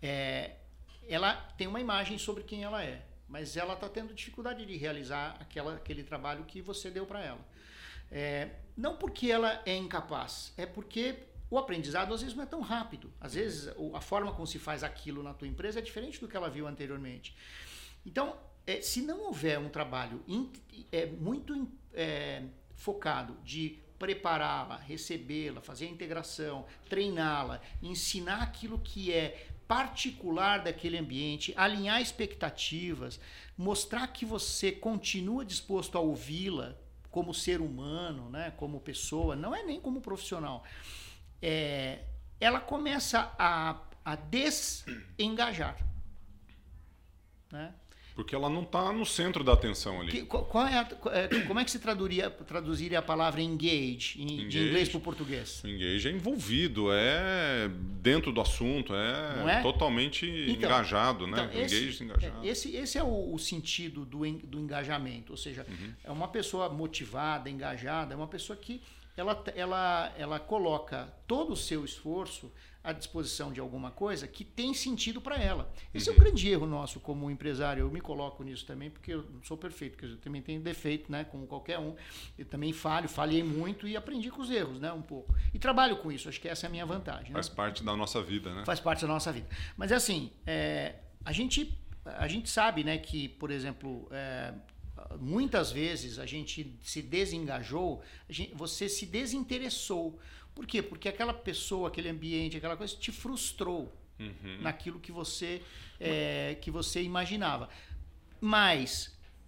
tem uma imagem sobre quem ela é, mas ela está tendo dificuldade de realizar aquele trabalho que você deu para ela. Não porque ela é incapaz, é porque o aprendizado às vezes não é tão rápido. Às vezes a forma como se faz aquilo na tua empresa é diferente do que ela viu anteriormente. Então, se não houver um trabalho muito focado de prepará-la, recebê-la, fazer a integração, treiná-la, ensinar aquilo que é particular daquele ambiente, alinhar expectativas, mostrar que você continua disposto a ouvi-la como ser humano, né, como pessoa, não é nem como profissional. Ela começa a desengajar, né? Porque ela não está no centro da atenção ali. Como é que se traduziria a palavra engage, de inglês para o português? Engage é envolvido, é dentro do assunto, totalmente engajado, né? Engajado. Esse é o sentido do engajamento, ou seja, é uma pessoa motivada, engajada, é uma pessoa que ela coloca todo o seu esforço à disposição de alguma coisa que tem sentido para ela. Esse é um grande erro nosso como empresário. Eu me coloco nisso também, porque eu não sou perfeito, porque eu também tenho defeito, né, como qualquer um. Eu também falhei muito e aprendi com os erros, né, um pouco. E trabalho com isso, acho que essa é a minha vantagem. Faz parte da nossa vida, né? Faz parte da nossa vida. Mas assim, a gente sabe, né, que, por exemplo, muitas vezes a gente se desengajou, você se desinteressou. Por quê? Porque aquela pessoa, aquele ambiente, aquela coisa te frustrou naquilo que você imaginava. Mas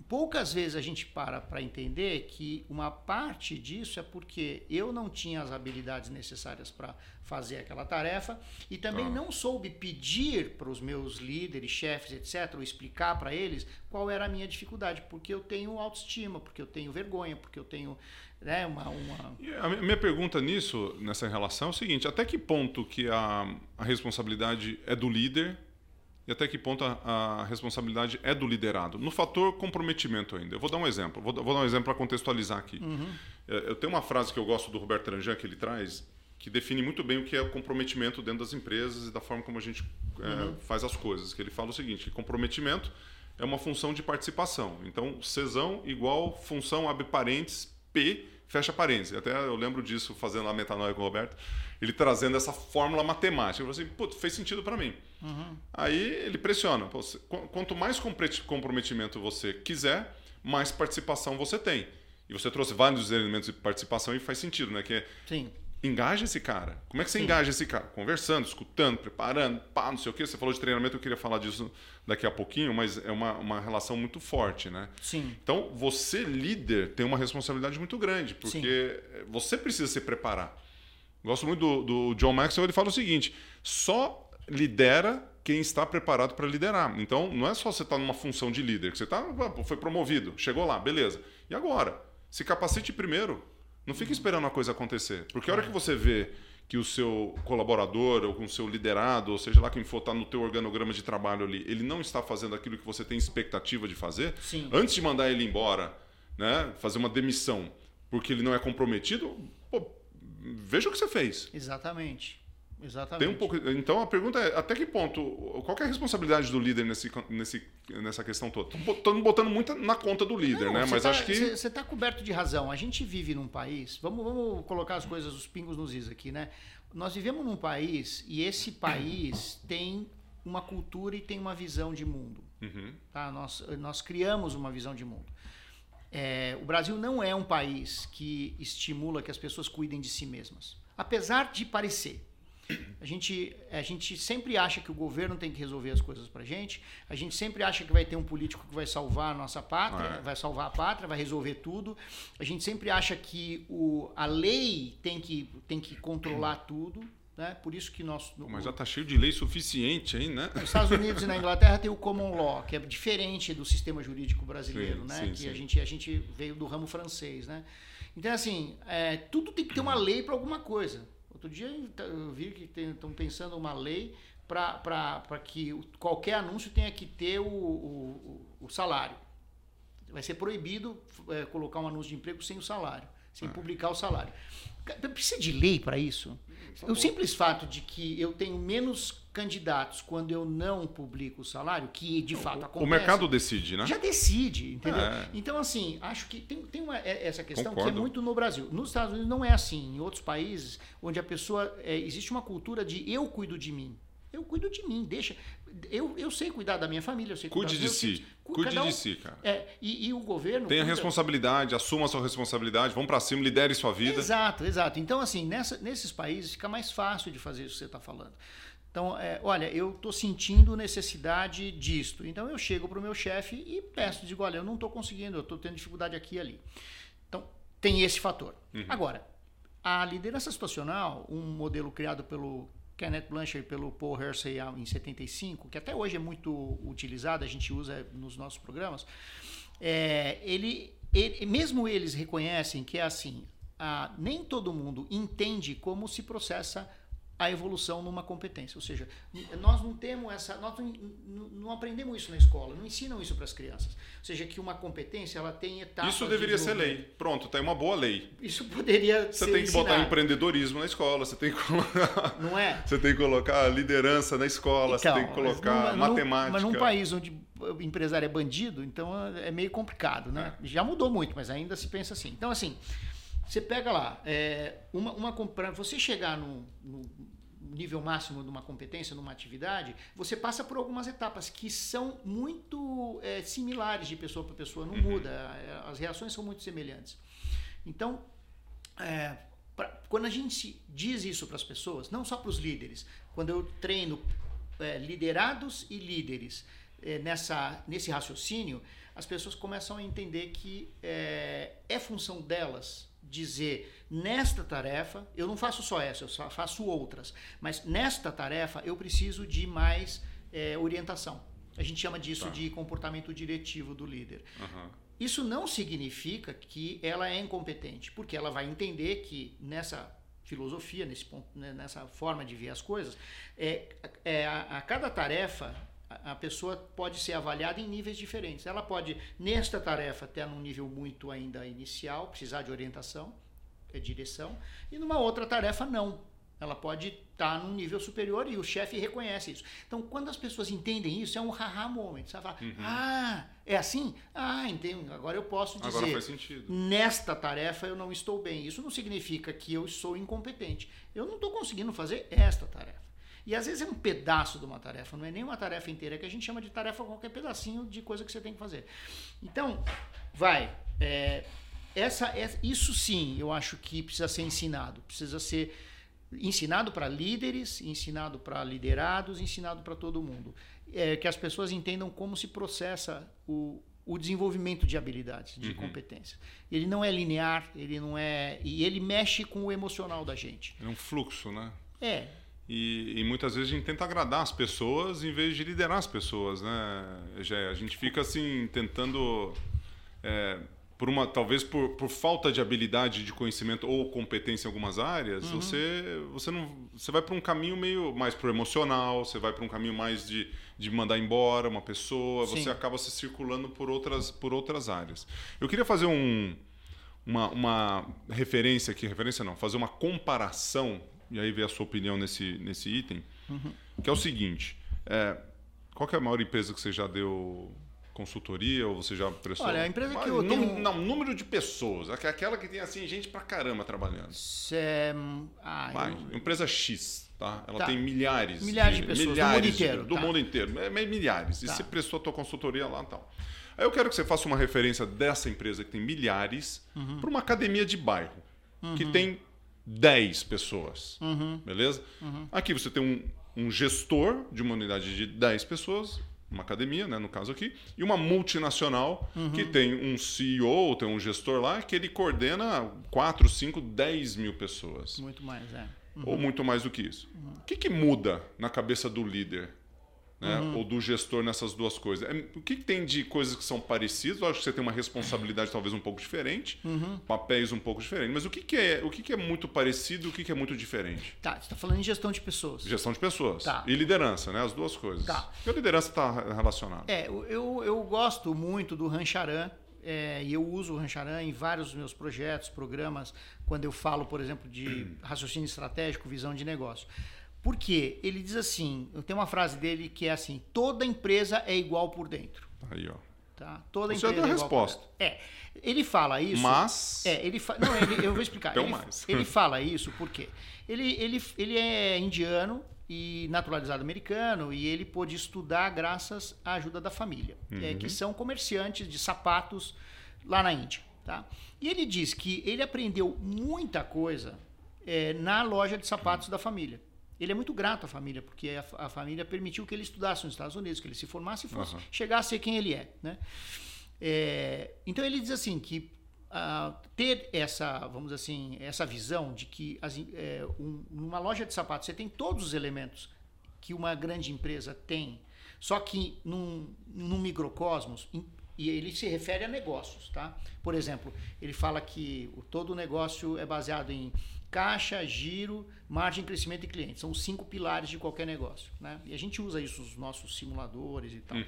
poucas vezes a gente para entender que uma parte disso é porque eu não tinha as habilidades necessárias para fazer aquela tarefa e também não soube pedir para os meus líderes, chefes, etc., ou explicar para eles qual era a minha dificuldade, porque eu tenho autoestima, porque eu tenho vergonha, porque eu tenho, né, A minha pergunta nessa relação é o seguinte: até que ponto que a responsabilidade é do líder e até que ponto a responsabilidade é do liderado? No fator comprometimento ainda. Eu vou dar um exemplo. Vou dar um exemplo para contextualizar aqui. Eu tenho uma frase que eu gosto do Roberto Tranjan, que ele traz, que define muito bem o que é o comprometimento dentro das empresas e da forma como a gente faz as coisas. Que ele fala o seguinte, que comprometimento é uma função de participação. Então, Czão igual função, abre parênteses, P, fecha parênteses. Até eu lembro disso fazendo a metanoia com o Roberto, ele trazendo essa fórmula matemática. Eu falei assim, putz, fez sentido para mim. Aí ele pressiona. Quanto mais comprometimento você quiser, mais participação você tem. E você trouxe vários elementos de participação e faz sentido, né? Que é, Sim. Engaja esse cara. Como é que você engaja esse cara? Conversando, escutando, preparando, não sei o quê. Você falou de treinamento, eu queria falar disso daqui a pouquinho, mas é uma relação muito forte, né? Sim. Então, você, líder, tem uma responsabilidade muito grande, porque você precisa se preparar. Gosto muito do John Maxwell, ele fala o seguinte, só lidera quem está preparado para liderar. Então, não é só você estar numa função de líder, que você foi promovido, chegou lá, beleza. E agora? Se capacite primeiro. Não fique esperando a coisa acontecer. Porque a hora que você vê que o seu colaborador ou com o seu liderado, ou seja lá quem for, está no teu organograma de trabalho ali, ele não está fazendo aquilo que você tem expectativa de fazer, antes de mandar ele embora, né, fazer uma demissão porque ele não é comprometido, veja o que você fez. Exatamente. Tem um pouco. Então a pergunta é, até que ponto, qual que é a responsabilidade do líder nessa questão toda? Estou botando muito na conta do líder, né? Mas acho que... Você está coberto de razão. A gente vive num país... Vamos colocar as coisas, os pingos nos is aqui, né? Nós vivemos num país e esse país tem uma cultura e tem uma visão de mundo. Tá? Nós criamos uma visão de mundo. O Brasil não é um país que estimula que as pessoas cuidem de si mesmas. Apesar de parecer. A gente sempre acha que o governo tem que resolver as coisas pra gente. A gente sempre acha que vai ter um político que vai salvar a nossa pátria, vai salvar a pátria, vai resolver tudo. A gente sempre acha que a lei tem que controlar tudo, né? Por isso que Mas já está cheio de lei suficiente aí, né? Nos Estados Unidos e na Inglaterra tem o common law, que é diferente do sistema jurídico brasileiro, né? Sim. A gente veio do ramo francês, né? Então, assim, tudo tem que ter uma lei para alguma coisa. Outro dia eu vi que estão pensando uma lei para que qualquer anúncio tenha que ter o salário. Vai ser proibido colocar um anúncio de emprego sem o salário, sem publicar o salário. Precisa de lei para isso? O simples fato de que eu tenho menos candidatos quando eu não publico o salário, que de fato acontece... O mercado decide, né? Já decide, entendeu? Então, assim, acho que tem essa questão. Concordo. Que é muito no Brasil. Nos Estados Unidos não é assim. Em outros países, onde a pessoa... existe uma cultura de eu cuido de mim. Eu cuido de mim, deixa... Eu sei cuidar da minha família, eu sei cuidar Cuide de si. Cuide de si, cara. E o governo... Tenha responsabilidade, assuma a sua responsabilidade, vamos para cima, lidere sua vida. Exato. Então, assim, nesses países fica mais fácil de fazer isso que você está falando. Então, olha, eu estou sentindo necessidade disto. Então, eu chego para o meu chefe e peço, digo, olha, eu não estou conseguindo, eu estou tendo dificuldade aqui e ali. Então, tem esse fator. Agora, a liderança situacional, um modelo criado pelo Kenneth Blanchard e pelo Paul Hersey em 75, que até hoje é muito utilizado, a gente usa nos nossos programas, mesmo eles reconhecem que é assim, nem todo mundo entende como se processa a evolução numa competência. Ou seja, nós não temos nós não aprendemos isso na escola, não ensinam isso para as crianças. Ou seja, que uma competência ela tem etapas. Isso deveria ser lei. Pronto, tem uma boa lei. Isso poderia ser. Você tem que botar empreendedorismo na escola, você tem que colocar. Não é? Você tem que colocar liderança na escola, então, você tem que colocar matemática. Mas num país onde o empresário é bandido, então é meio complicado, né? Já mudou muito, mas ainda se pensa assim. Então, assim, você pega lá, para você chegar no nível máximo de uma competência, numa atividade, você passa por algumas etapas que são muito similares de pessoa para pessoa, não muda, as reações são muito semelhantes. Então, quando a gente diz isso para as pessoas, não só para os líderes, quando eu treino liderados e líderes, nesse raciocínio, as pessoas começam a entender que é função delas dizer, nesta tarefa, eu não faço só essa, eu só faço outras, mas nesta tarefa eu preciso de mais orientação. A gente chama disso de comportamento diretivo do líder. Uhum. Isso não significa que ela é incompetente, porque ela vai entender que nessa filosofia, nesse ponto, nessa forma de ver as coisas, a cada tarefa a pessoa pode ser avaliada em níveis diferentes. Ela pode, nesta tarefa, ter num nível muito ainda inicial, precisar de orientação, direção, e numa outra tarefa não. Ela pode estar num nível superior e o chefe reconhece isso. Então, quando as pessoas entendem isso, é um haha moment. Você vai falar, é assim? Entendo. Agora eu posso dizer, agora faz sentido. Nesta tarefa eu não estou bem. Isso não significa que eu sou incompetente. Eu não estou conseguindo fazer esta tarefa. E às vezes é um pedaço de uma tarefa, não é nem uma tarefa inteira, que a gente chama de tarefa qualquer pedacinho de coisa que você tem que fazer. Então, isso sim, eu acho que precisa ser ensinado. Precisa ser ensinado para líderes, ensinado para liderados, ensinado para todo mundo. Que as pessoas entendam como se processa o desenvolvimento de habilidades, de competências. Ele não é linear, e ele mexe com o emocional da gente. É um fluxo, né? E muitas vezes a gente tenta agradar as pessoas em vez de liderar as pessoas, né? A gente fica assim tentando, talvez por falta de habilidade, de conhecimento ou competência em algumas áreas, você vai para um caminho meio mais pro emocional, você vai para um caminho mais de mandar embora uma pessoa, você acaba se circulando por outras áreas. Eu queria fazer uma fazer uma comparação. E aí ver a sua opinião nesse item, que é o seguinte, qual que é a maior empresa que você já deu consultoria ou você já prestou? Olha, a empresa que eu tenho... Não, número de pessoas, aquela que tem assim, gente pra caramba trabalhando. Empresa X, tá? Ela tem milhares de pessoas do mundo inteiro. Do mundo inteiro, milhares. E você prestou a tua consultoria lá e tal. Aí eu quero que você faça uma referência dessa empresa que tem milhares para uma academia de bairro, que tem 10 pessoas, beleza? Aqui você tem um gestor de uma unidade de 10 pessoas, uma academia, né, no caso aqui, e uma multinacional que tem um CEO, tem um gestor lá, que ele coordena 4, 5, 10 mil pessoas. Muito mais, Ou muito mais do que isso. O que muda na cabeça do líder? Né? Ou do gestor nessas duas coisas. O que tem de coisas que são parecidas? Eu acho que você tem uma responsabilidade talvez um pouco diferente, papéis um pouco diferentes, mas o que é muito parecido e o que é muito diferente? Tá, você está falando em gestão de pessoas. Gestão de pessoas. E liderança, né? As duas coisas. Porque a liderança está relacionada. Eu gosto muito do Rancharan, e eu uso o Rancharan em vários dos meus projetos, programas, quando eu falo, por exemplo, de raciocínio estratégico, visão de negócio. Porque ele diz assim, tem uma frase dele que é assim, toda empresa é igual por dentro. Aí, ó. Tá? Toda Você empresa já deu a resposta. Ele fala isso... Mas... eu vou explicar. Ele fala isso porque ele é indiano e naturalizado americano e ele pôde estudar graças à ajuda da família, que são comerciantes de sapatos lá na Índia. Tá? E ele diz que ele aprendeu muita coisa na loja de sapatos da família. Ele é muito grato à família, porque a família permitiu que ele estudasse nos Estados Unidos, que ele se formasse e fosse chegar a ser quem ele é. Né? Então ele diz assim que ter essa, vamos dizer assim, essa visão de que numa loja de sapatos você tem todos os elementos que uma grande empresa tem, só que num microcosmos, e ele se refere a negócios. Tá? Por exemplo, ele fala que todo o negócio é baseado em caixa, giro, margem, crescimento e cliente. São os 5 pilares de qualquer negócio. Né? E a gente usa isso nos nossos simuladores e tal.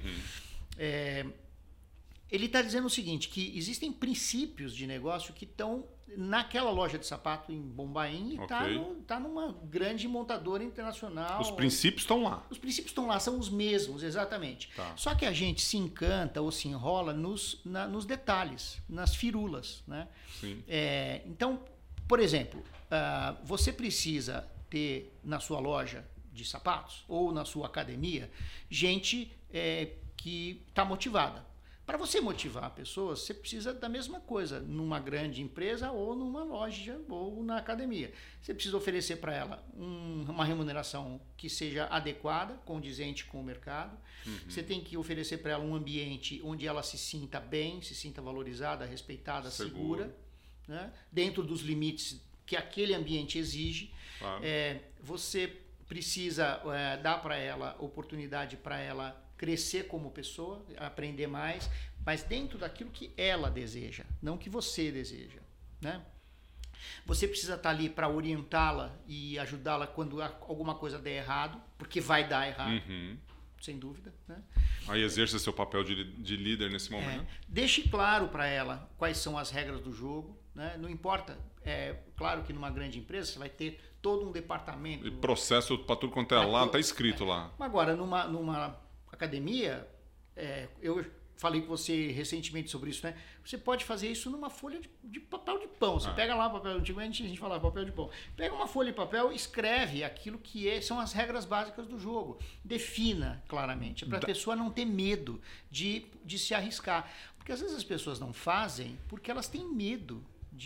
Ele está dizendo o seguinte, que existem princípios de negócio que estão naquela loja de sapato em Bombaim e está numa grande montadora internacional. Os princípios estão lá. Os princípios estão lá, são os mesmos, exatamente. Só que a gente se encanta ou se enrola nos detalhes, nas firulas. Né? Sim. Então, por exemplo, você precisa ter na sua loja de sapatos ou na sua academia gente que está motivada. Para você motivar pessoas, você precisa da mesma coisa numa grande empresa ou numa loja ou na academia. Você precisa oferecer para ela uma remuneração que seja adequada, condizente com o mercado. Você tem que oferecer para ela um ambiente onde ela se sinta bem, se sinta valorizada, respeitada, segura, né? Dentro dos limites que aquele ambiente exige. Claro. Você precisa dar para ela oportunidade para ela crescer como pessoa, aprender mais, mas dentro daquilo que ela deseja, não que você deseja, né? Você precisa estar ali para orientá-la e ajudá-la quando alguma coisa der errado, porque vai dar errado, sem dúvida, né? Aí exerça seu papel de líder nesse momento. Deixe claro para ela quais são as regras do jogo, né? Não importa, claro que numa grande empresa você vai ter todo um departamento. E processo para tudo quanto é lado, está escrito lá. Agora, numa academia, eu falei com você recentemente sobre isso, né? Você pode fazer isso numa folha de papel de pão. Você pega lá o papel, antigamente a gente falava papel de pão. Pega uma folha de papel, escreve aquilo que são as regras básicas do jogo. Defina claramente, para a pessoa não ter medo de se arriscar. Porque às vezes as pessoas não fazem porque elas têm medo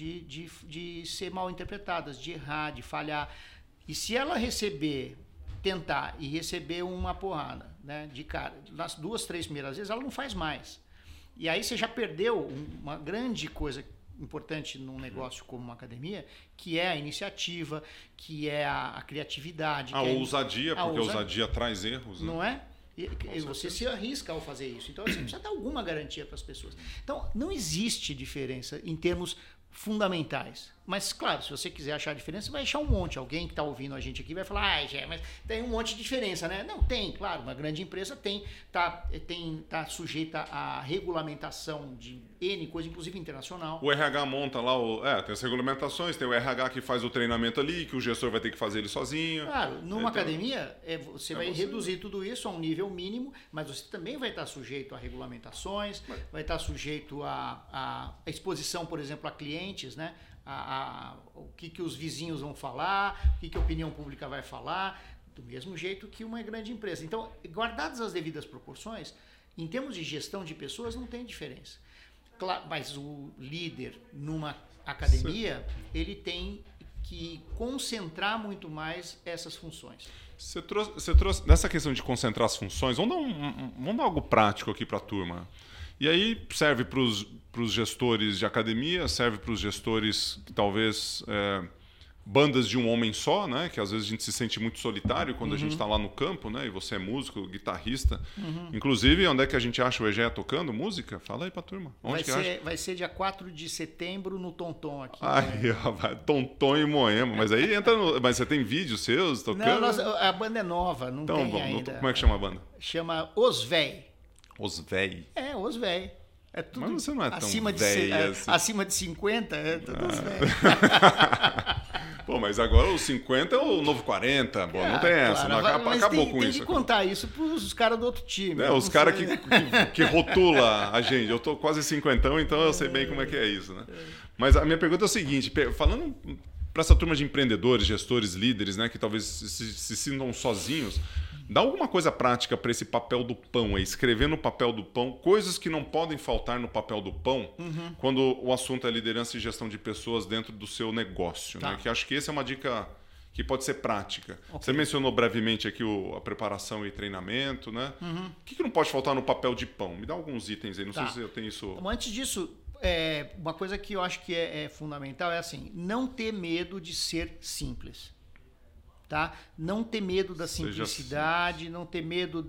de ser mal interpretadas, de errar, de falhar. E se ela tentar e receber uma porrada, né, de cara, nas 2, 3 primeiras vezes, ela não faz mais. E aí você já perdeu uma grande coisa importante num negócio como uma academia, que é a iniciativa, que é a criatividade. A ousadia, porque a ousadia traz erros. Né? Não é? E você se arrisca ao fazer isso. Então, assim, precisa dar alguma garantia para as pessoas. Então, não existe diferença em termos fundamentais. Mas, claro, se você quiser achar diferença, você vai achar um monte. Alguém que está ouvindo a gente aqui vai falar, mas tem um monte de diferença, né? Não, tem, claro. Uma grande empresa tá sujeita à regulamentação de N coisa, inclusive internacional. O RH monta lá, tem as regulamentações, tem o RH que faz o treinamento ali, que o gestor vai ter que fazer ele sozinho. Claro, numa academia, você vai reduzir tudo isso a um nível mínimo, mas você também vai estar sujeito a regulamentações, vai estar sujeito a exposição, por exemplo, a clientes, né? O que os vizinhos vão falar, o que a opinião pública vai falar, do mesmo jeito que uma grande empresa. Então, guardadas as devidas proporções, em termos de gestão de pessoas, não tem diferença. Claro, mas o líder numa academia, ele tem que concentrar muito mais essas funções. Você trouxe nessa questão de concentrar as funções, vamos dar algo prático aqui para a turma. E aí serve para os gestores de academia, serve para os gestores, talvez, bandas de um homem só, né? Que às vezes a gente se sente muito solitário quando a gente está lá no campo, né? E você é músico, guitarrista. Inclusive, onde é que a gente acha o EGEA tocando música? Fala aí para a turma. Vai ser dia 4 de setembro no Tonton aqui. Aí, vai, Tonton e Moema. Mas aí entra Mas você tem vídeos seus tocando? Não, a banda é nova, não tem ainda. Como é que chama a banda? Chama Os Véi. Os Véi? Os Véi. É tudo. Mas você não é tão acima assim. Acima de 50, tudo os Véi. Pô, mas agora os 50 é o novo 40. Bom, não tem essa. Claro, Não, acabou com isso. Tem que contar isso pros caras do outro time. Os caras que rotula a gente. Eu tô quase 50, então eu sei bem como é que é isso, né? Mas a minha pergunta é o seguinte, falando para essa turma de empreendedores, gestores, líderes, né, que talvez se sintam sozinhos, dá alguma coisa prática para esse papel do pão, escrever no papel do pão, coisas que não podem faltar no papel do pão, quando o assunto é liderança e gestão de pessoas dentro do seu negócio. Né? Que acho que essa é uma dica que pode ser prática. Okay. Você mencionou brevemente aqui a preparação e treinamento, né? O que não pode faltar no papel de pão? Me dá alguns itens aí, não sei se eu tenho isso... Então, antes disso, uma coisa que eu acho que é fundamental é assim, não ter medo de ser simples. Tá? Não ter medo da simplicidade, não ter medo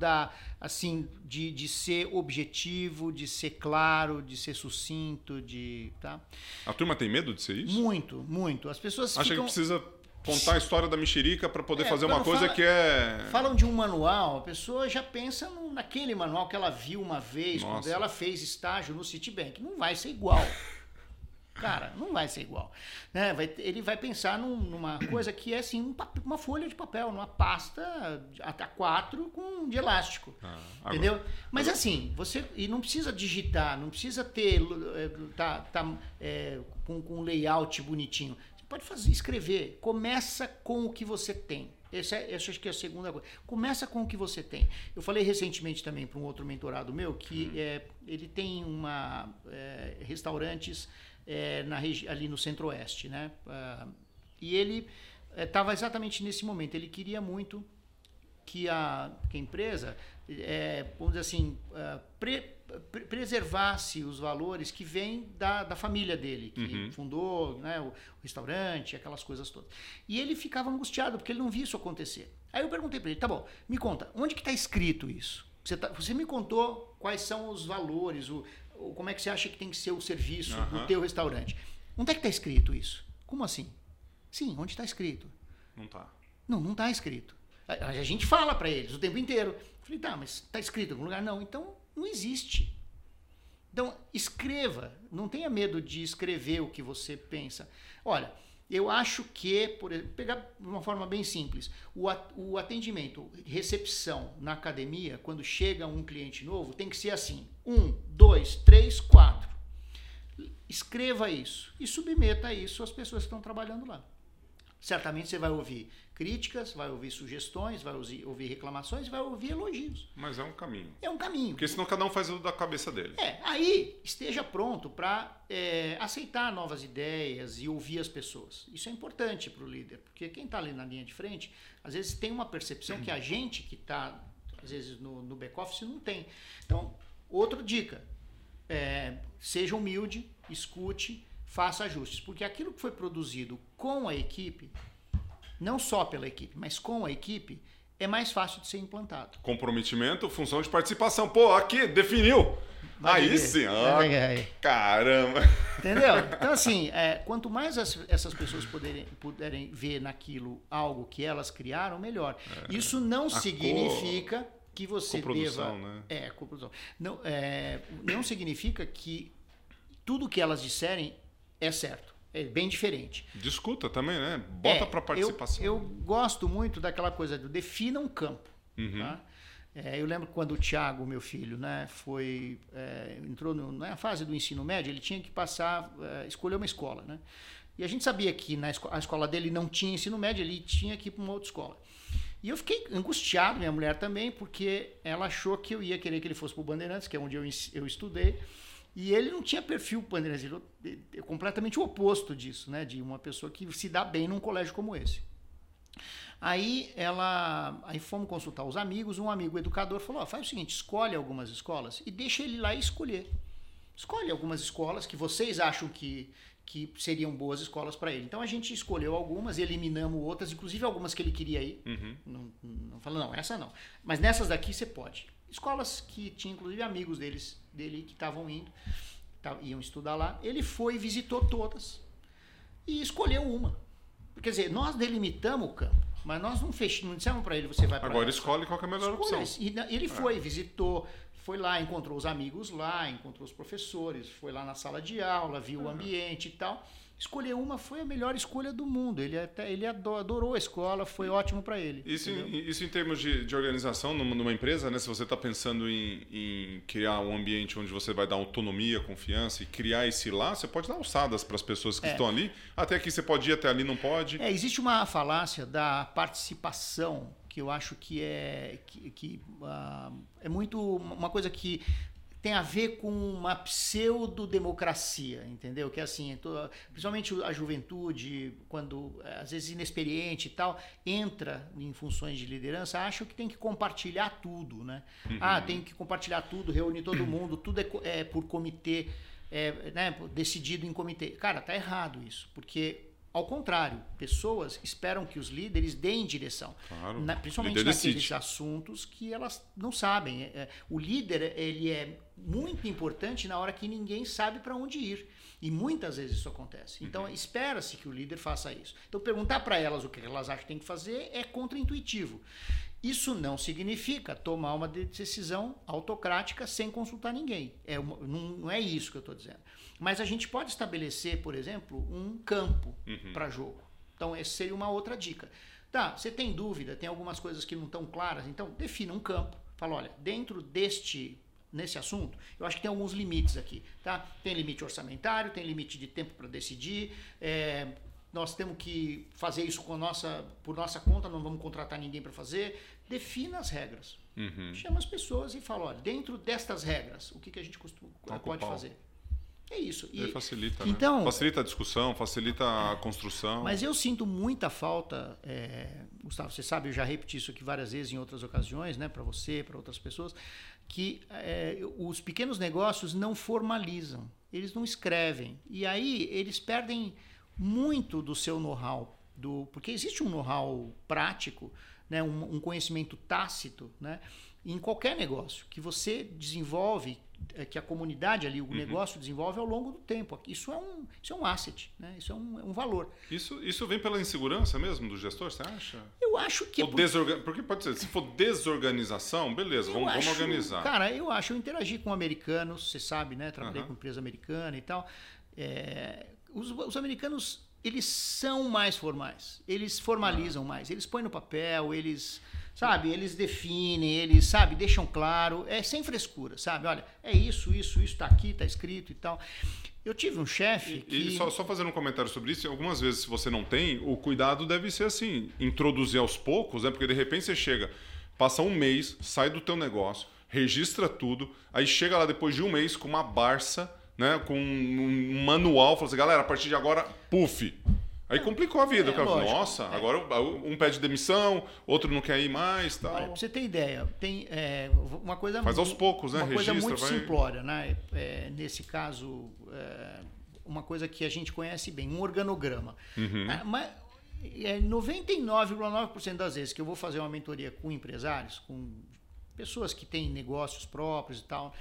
de ser objetivo, de ser claro, de ser sucinto, tá? A turma tem medo de ser isso? Muito, muito. As pessoas Acha que precisa contar a história da mexerica para poder fazer uma coisa que é... Falam de um manual, a pessoa já pensa naquele manual que ela viu uma vez, quando ela fez estágio no Citibank. Não vai ser igual. Cara, não vai ser igual. Né? Ele vai pensar numa coisa que é assim, uma folha de papel, numa pasta A4 de elástico. Entendeu? Mas assim, e não precisa digitar, não precisa ter com um layout bonitinho. Você pode escrever. Começa com o que você tem. Essa acho que é a segunda coisa. Começa com o que você tem. Eu falei recentemente também para um outro mentorado meu que ele tem restaurantes ali no Centro-Oeste, né? E ele estava exatamente nesse momento. Ele queria muito que a empresa, vamos dizer assim, preservasse os valores que vêm da família dele, que fundou, né, o restaurante, aquelas coisas todas. E ele ficava angustiado, porque ele não via isso acontecer. Aí eu perguntei para ele, tá bom, me conta, onde que está escrito isso? Você me contou quais são os valores, como é que você acha que tem que ser o serviço do teu restaurante. Onde é que está escrito isso? Como assim? Sim, onde está escrito? Não está. Não está escrito. A gente fala para eles o tempo inteiro. Eu falei, tá, mas está escrito em algum lugar? Não, então não existe. Então, escreva. Não tenha medo de escrever o que você pensa. Olha, eu acho que, pegar de uma forma bem simples, o atendimento, recepção na academia, quando chega um cliente novo, tem que ser assim. 1, 2, 3, 4. Escreva isso e submeta isso às pessoas que estão trabalhando lá. Certamente você vai ouvir críticas, vai ouvir sugestões, vai ouvir reclamações, vai ouvir elogios. Mas é um caminho. É um caminho. Porque senão cada um faz o da cabeça dele. Aí esteja pronto para aceitar novas ideias e ouvir as pessoas. Isso é importante para o líder, porque quem está ali na linha de frente, às vezes tem uma percepção que a gente que está, às vezes, no back-office não tem. Então, outra dica, seja humilde, escute, faça ajustes, porque aquilo que foi produzido com a equipe, não só pela equipe, mas com a equipe, é mais fácil de ser implantado. Comprometimento, função de participação. Pô, aqui, definiu. Aí sim, caramba. Entendeu? Então, assim, quanto mais essas pessoas puderem ver naquilo algo que elas criaram, melhor. Isso não significa que você deva... Né? Coprodução. Não significa que tudo que elas disserem é certo. É bem diferente. Discuta também, né? Bota para participação. Eu gosto muito daquela coisa do defina um campo. Tá? Eu lembro quando o Thiago, meu filho, né, entrou na fase do ensino médio, ele tinha que escolher uma escola. Né? E a gente sabia que a escola dele não tinha ensino médio, ele tinha que ir para uma outra escola. E eu fiquei angustiado, minha mulher também, porque ela achou que eu ia querer que ele fosse para o Bandeirantes, que é onde eu estudei. E ele não tinha perfil Bandeirantes, ele é completamente o oposto disso, né? De uma pessoa que se dá bem num colégio como esse. Aí fomos consultar os amigos, um amigo educador falou, faz o seguinte, escolhe algumas escolas e deixa ele lá escolher. Escolhe algumas escolas que vocês acham que seriam boas escolas para ele. Então a gente escolheu algumas, eliminamos outras, inclusive algumas que ele queria ir. Não falou, não, essa não. Mas nessas daqui você pode. Escolas que tinha inclusive amigos dele que estavam iam estudar lá. Ele foi, visitou todas e escolheu uma. Quer dizer, nós delimitamos o campo, mas nós não dissemos para ele, você vai para agora escolhe qual que é a melhor opção. E ele foi, visitou, foi lá, encontrou os amigos lá, encontrou os professores, foi lá na sala de aula, viu o ambiente e tal. Escolher uma foi a melhor escolha do mundo. Ele adorou a escola, foi ótimo para ele. Isso em termos de organização numa empresa, né? Se você está pensando em criar um ambiente onde você vai dar autonomia, confiança e criar esse lá, você pode dar alçadas para as pessoas que estão ali. Até aqui você pode ir, até ali não pode. Existe uma falácia da participação que eu acho que é muito uma coisa que tem a ver com uma pseudo-democracia, entendeu? Que é assim, principalmente a juventude, quando às vezes inexperiente e tal, entra em funções de liderança, acha que tem que compartilhar tudo, né? Tem que compartilhar tudo, reunir todo mundo, tudo é por comitê, né? Decidido em comitê. Cara, tá errado isso, porque ao contrário, pessoas esperam que os líderes deem direção, claro. Principalmente naqueles assuntos que elas não sabem. O líder ele é muito importante na hora que ninguém sabe para onde ir. E muitas vezes isso acontece. Então, espera-se que o líder faça isso. Então, perguntar para elas o que elas acham que tem que fazer é contraintuitivo. Isso não significa tomar uma decisão autocrática sem consultar ninguém. Não é isso que eu estou dizendo. Mas a gente pode estabelecer, por exemplo, um campo para jogo. Então, essa seria uma outra dica. Tá, você tem dúvida, tem algumas coisas que não estão claras, então defina um campo. Fala, olha, dentro nesse assunto, eu acho que tem alguns limites aqui. Tá? Tem limite orçamentário, tem limite de tempo para decidir, nós temos que fazer isso por nossa conta, não vamos contratar ninguém para fazer. Defina as regras. Chama as pessoas e fala, olha, dentro destas regras, o que a gente pode fazer? É isso. E facilita, então, né? Facilita a discussão, facilita a construção. Mas eu sinto muita falta, Gustavo, você sabe, eu já repeti isso aqui várias vezes em outras ocasiões, né, para você, para outras pessoas, que os pequenos negócios não formalizam, eles não escrevem. E aí eles perdem muito do seu know-how, porque existe um know-how prático, né, um conhecimento tácito, né, em qualquer negócio que você desenvolve, que a comunidade ali, o negócio desenvolve ao longo do tempo. Isso é um asset, né? Isso é um valor. Isso vem pela insegurança mesmo do gestor, você acha? Eu acho que... Porque pode ser, se for desorganização, beleza, vamos organizar. Cara, eu interagi com americanos, você sabe, né? Trabalhei com empresa americana e tal. Os americanos, eles são mais formais. Eles formalizam mais. Eles põem no papel, eles definem, eles, deixam claro, sem frescura, sabe? Olha, é isso, tá aqui, tá escrito e tal. Eu tive um chefe que... E só fazendo um comentário sobre isso, algumas vezes, se você não tem, o cuidado deve ser assim, introduzir aos poucos, né? Porque de repente você chega, passa um mês, sai do teu negócio, registra tudo, aí chega lá depois de um mês com uma Barça, né? Com um manual, fala assim, galera, a partir de agora, puff. Aí complicou a vida. Nossa, agora um pede demissão, outro não quer ir mais. Tal. Olha, pra você ter ideia, tem uma coisa... Faz aos poucos, né? Uma coisa muito simplória, né? Nesse caso, uma coisa que a gente conhece bem, um organograma. Mas 99,9% das vezes que eu vou fazer uma mentoria com empresários, com pessoas que têm negócios próprios e tal,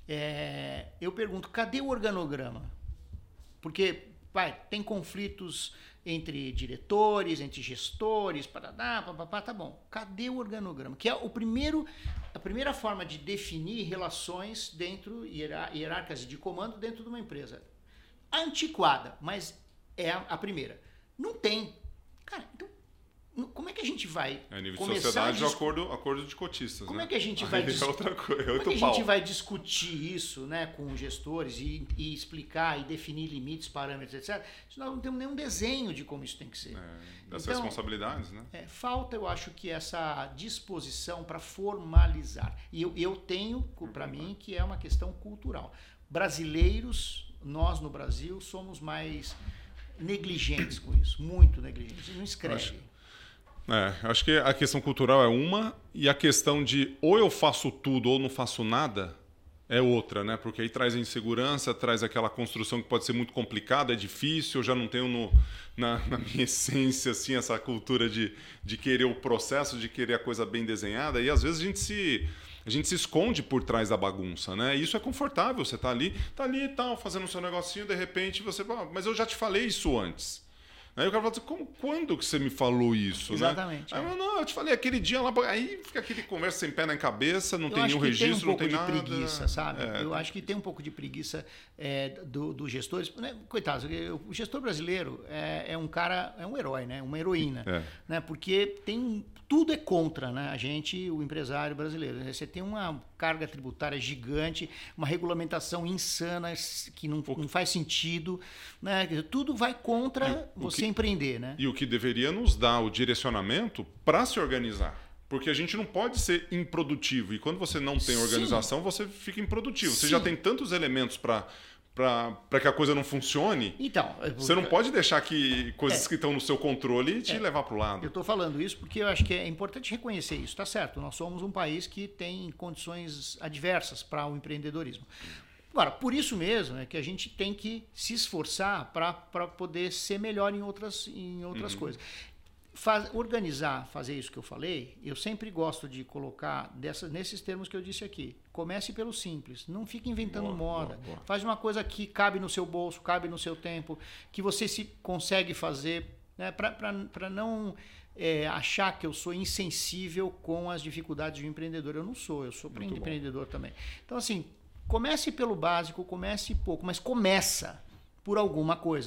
eu pergunto, cadê o organograma? Porque... tem conflitos entre diretores, entre gestores, tá bom. Cadê o organograma? Que é a primeira forma de definir relações hierárquicas de comando dentro de uma empresa. Antiquada, mas é a primeira. Não tem. Cara, então, como é que a gente vai nível de sociedade, acordo de cotistas. Como né? é que a gente vai discutir isso, né, com gestores e explicar e definir limites, parâmetros, etc. Se nós não temos nenhum desenho de como isso tem que ser. Das responsabilidades, né? Falta, eu acho, que essa disposição para formalizar. E eu tenho para mim que é uma questão cultural. Brasileiros, nós no Brasil, somos mais negligentes com isso, muito negligentes. Não escreve. Acho que a questão cultural é uma, e a questão de ou eu faço tudo ou não faço nada é outra, né? Porque aí traz a insegurança, traz aquela construção que pode ser muito complicada, é difícil, eu já não tenho na minha essência assim, essa cultura de querer o processo, de querer a coisa bem desenhada, e às vezes a gente se esconde por trás da bagunça, né? E isso é confortável, você tá ali e tal, fazendo o seu negocinho, de repente você fala, mas eu já te falei isso antes. Aí o cara fala assim, quando que você me falou isso? Exatamente. Né? Aí eu te falei aquele dia lá, aí fica aquele conversa sem pé na cabeça, não tem nenhum registro, não tem nada. Eu acho que tem um pouco de preguiça, sabe? Eu acho que tem um pouco de preguiça dos gestores. Né? Coitados, o gestor brasileiro é um cara, é um herói, né? Uma heroína. Né? Porque tudo é contra, né? A gente, o empresário brasileiro. Você tem uma carga tributária gigante, uma regulamentação insana que não faz sentido, né? Tudo vai contra você empreender, né? E o que deveria nos dar o direcionamento para se organizar. Porque a gente não pode ser improdutivo. E quando você não tem organização, você fica improdutivo. Você já tem tantos elementos para que a coisa não funcione, então, você não pode deixar que coisas que estão no seu controle te levar para o lado. Eu estou falando isso porque eu acho que é importante reconhecer isso. Está certo, nós somos um país que tem condições adversas para o empreendedorismo. Agora, por isso mesmo é que a gente tem que se esforçar para poder ser melhor em outras coisas. Fazer isso que eu falei, eu sempre gosto de colocar nesses termos que eu disse aqui. Comece pelo simples, não fique inventando moda. Boa. Faz uma coisa que cabe no seu bolso, cabe no seu tempo, que você se consegue fazer, né, para não achar que eu sou insensível com as dificuldades de um empreendedor. Eu não sou, eu sou empreendedor também. Então, assim, comece pelo básico, comece pouco, mas começa por alguma coisa.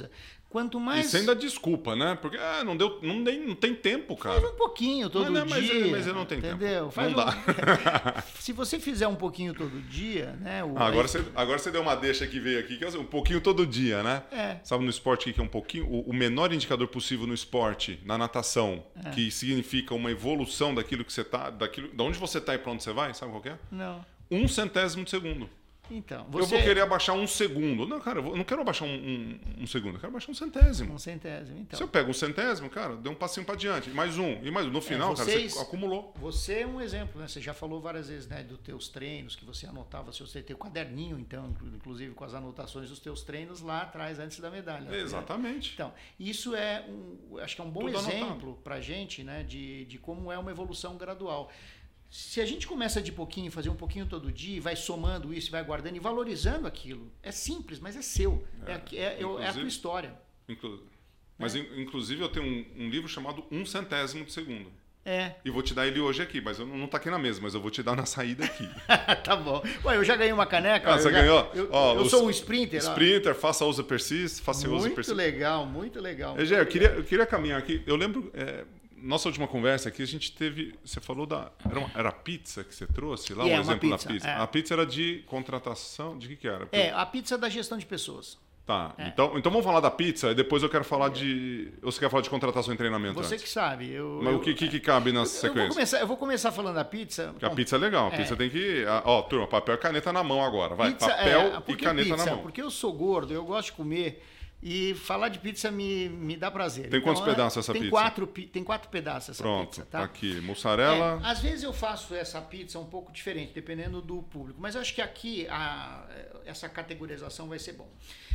Quanto mais... E sem dar desculpa, né? Porque não tem tempo, cara. Faz um pouquinho todo dia. Mas ele não tem entendeu? tempo. Não dá. Se você fizer um pouquinho todo dia, né? Agora você deu uma deixa que veio aqui, que é um pouquinho todo dia, né? Sabe no esporte o que é um pouquinho? O menor indicador possível no esporte, na natação, que significa uma evolução daquilo que você tá, da onde você está e para onde você vai, sabe qual que é? Não. 1/100º de segundo. Então, eu vou querer abaixar 1 segundo. Não, cara, eu não quero abaixar um segundo, eu quero abaixar 1/100º. 1/100º, então. Se eu pego 1/100º, cara, deu um passinho para diante. Mais um. E mais no final, cara, você acumulou. Você é um exemplo, né? Você já falou várias vezes, né, dos teus treinos, que você anotava, se você tem o caderninho, então, inclusive com as anotações dos teus treinos lá atrás, antes da medalha. Exatamente. Né? Então, isso acho que é um bom exemplo para a gente, né, de como é uma evolução gradual. Se a gente começa de pouquinho, fazer um pouquinho todo dia, vai somando isso, vai guardando e valorizando aquilo, é simples, mas é seu. É a tua história. Mas, inclusive, eu tenho um livro chamado 1/100º de segundo. E vou te dar ele hoje aqui, mas não tá aqui na mesa, mas eu vou te dar na saída aqui. Tá bom. Ué, eu já ganhei uma caneca. Você ganhou? Eu sou um sprinter. Sprinter, faça uso persist, faça uso persist. Muito legal. Eu queria caminhar aqui. Eu lembro... nossa última conversa aqui, a gente teve... Você falou era pizza que você trouxe lá? Exemplo da pizza. A pizza era de contratação... De que era? A pizza da gestão de pessoas. Tá. Então vamos falar da pizza e depois eu quero falar de... Ou você quer falar de contratação e treinamento Você antes? que sabe. Mas o que cabe nessa sequência? Eu vou começar falando da pizza. Porque a pizza é legal. A pizza tem que... Ó, turma, papel e caneta na mão agora. Vai, pizza, papel e caneta na mão. Porque eu sou gordo, eu gosto de comer... E falar de pizza me dá prazer. Tem quantos pedaços essa pizza? Tem 4 pedaços essa pizza. Tá? Aqui, mussarela. Às vezes eu faço essa pizza um pouco diferente, dependendo do público. Mas eu acho que aqui essa categorização vai ser bom.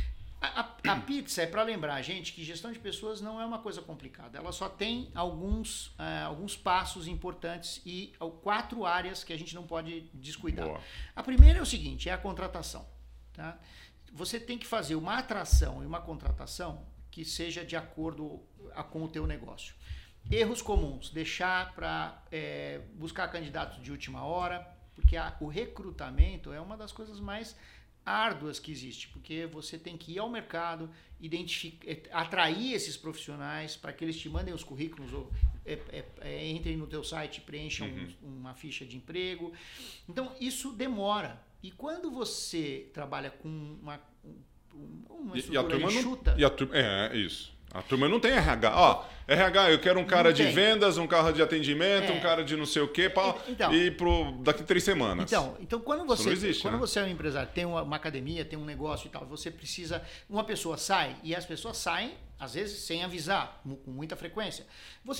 A pizza é para lembrar a gente que gestão de pessoas não é uma coisa complicada. Ela só tem alguns passos importantes e 4 áreas que a gente não pode descuidar. Boa. A primeira é o seguinte, é a contratação. Tá? Você tem que fazer uma atração e uma contratação que seja de acordo com o teu negócio. Erros comuns, deixar para buscar candidatos de última hora, porque o recrutamento é uma das coisas mais árduas que existe, porque você tem que ir ao mercado, atrair esses profissionais para que eles te mandem os currículos ou entrem no teu site e preencham uma ficha de emprego. Então, isso demora. E quando você trabalha com uma estrutura enxuta... Isso. A turma não tem RH. RH, eu quero um cara de vendas, um cara de atendimento, um cara de não sei o quê, daqui 3 semanas. Então quando você é um empresário, tem uma academia, tem um negócio e tal, você precisa... Uma pessoa sai, e as pessoas saem, às vezes, sem avisar, com muita frequência. Você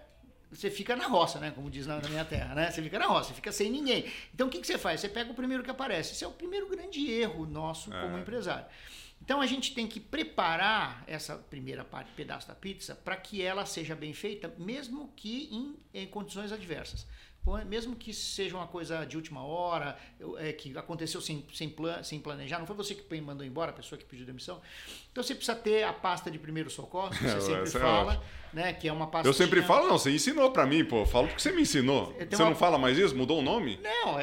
fica na roça, né? Como diz na minha terra, né? Você fica na roça, você fica sem ninguém. Então, o que você faz? Você pega o primeiro que aparece. Esse é o primeiro grande erro nosso como empresário. Então, a gente tem que preparar essa primeira pedaço da pizza para que ela seja bem feita, mesmo que em condições adversas. Mesmo que seja uma coisa de última hora, que aconteceu sem planejar, não foi você que mandou embora a pessoa que pediu demissão. Então você precisa ter a pasta de primeiro socorro, que você sempre fala, né? Que é uma pasta. Eu sempre falo, não, você ensinou pra mim, pô. Falo porque você me ensinou. Você não fala mais isso? Mudou o nome? Não,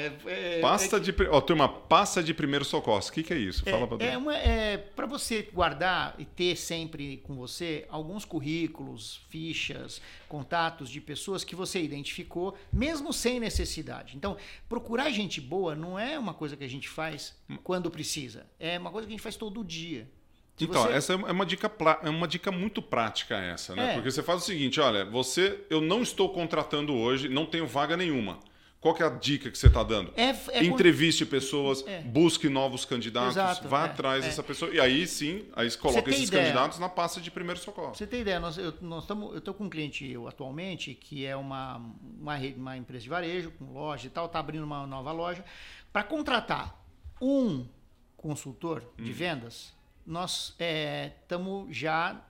turma, pasta de primeiro socorro. O que é isso? Fala pra mim. Para você guardar e ter sempre com você alguns currículos, fichas, contatos de pessoas que você identificou, mesmo sem necessidade. Então, procurar gente boa não é uma coisa que a gente faz quando precisa. É uma coisa que a gente faz todo dia. Essa é uma dica muito prática essa, né? Porque você faz o seguinte, olha, eu não estou contratando hoje, não tenho vaga nenhuma. Qual que é a dica que você está dando? Entreviste pessoas, busque novos candidatos, vá atrás dessa pessoa. E aí sim, aí você coloca esses candidatos na pasta de primeiro socorro. Você tem ideia? Eu estou com um cliente atualmente que é uma empresa de varejo, com loja e tal, está abrindo uma nova loja. Para contratar um consultor de vendas, nós estamos já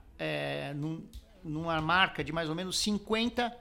numa marca de mais ou menos 50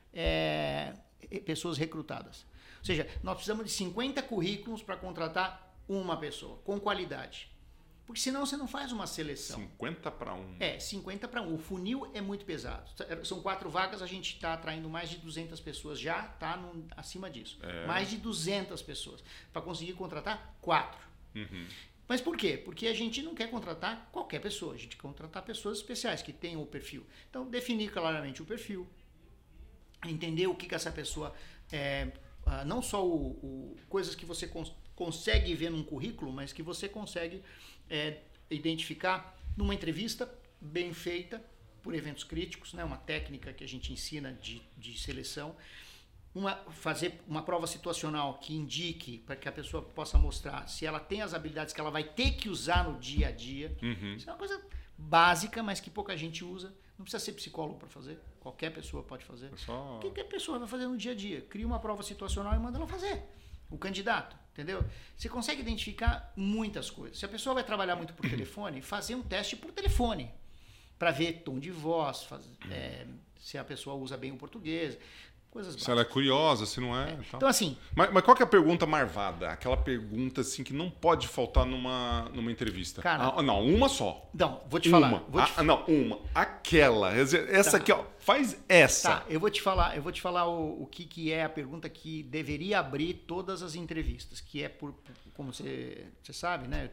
pessoas recrutadas. Ou seja, nós precisamos de 50 currículos para contratar uma pessoa, com qualidade. Porque senão você não faz uma seleção. 50 para 1. 50 para 1. O funil é muito pesado. São 4 vagas, a gente está atraindo mais de 200 pessoas. Já está acima disso. Mais de 200 pessoas. Para conseguir contratar 4. Mas por quê? Porque a gente não quer contratar qualquer pessoa, a gente quer contratar pessoas especiais que tenham o perfil. Então, definir claramente o perfil, entender o que essa pessoa não só coisas que você consegue ver num currículo, mas que você consegue identificar numa entrevista bem feita por eventos críticos, né? Uma técnica que a gente ensina de seleção. Fazer uma prova situacional que indique para que a pessoa possa mostrar se ela tem as habilidades que ela vai ter que usar no dia a dia. Isso é uma coisa básica, mas que pouca gente usa. Não precisa ser psicólogo para fazer. Qualquer pessoa pode fazer. O que a pessoa vai fazer no dia a dia? Cria uma prova situacional e manda ela fazer. O candidato, entendeu? Você consegue identificar muitas coisas. Se a pessoa vai trabalhar muito por telefone, fazer um teste por telefone para ver tom de voz, se a pessoa usa bem o português. Coisas básicas. Se ela é curiosa, se não é. Então, assim. Mas qual que é a pergunta marvada? Aquela pergunta assim que não pode faltar numa entrevista. Cara, não, uma só. Não, vou te falar. Não, uma. Aquela. Essa aqui, ó. Faz essa. Tá, eu vou te falar o que é a pergunta que deveria abrir todas as entrevistas, que é como você sabe, né?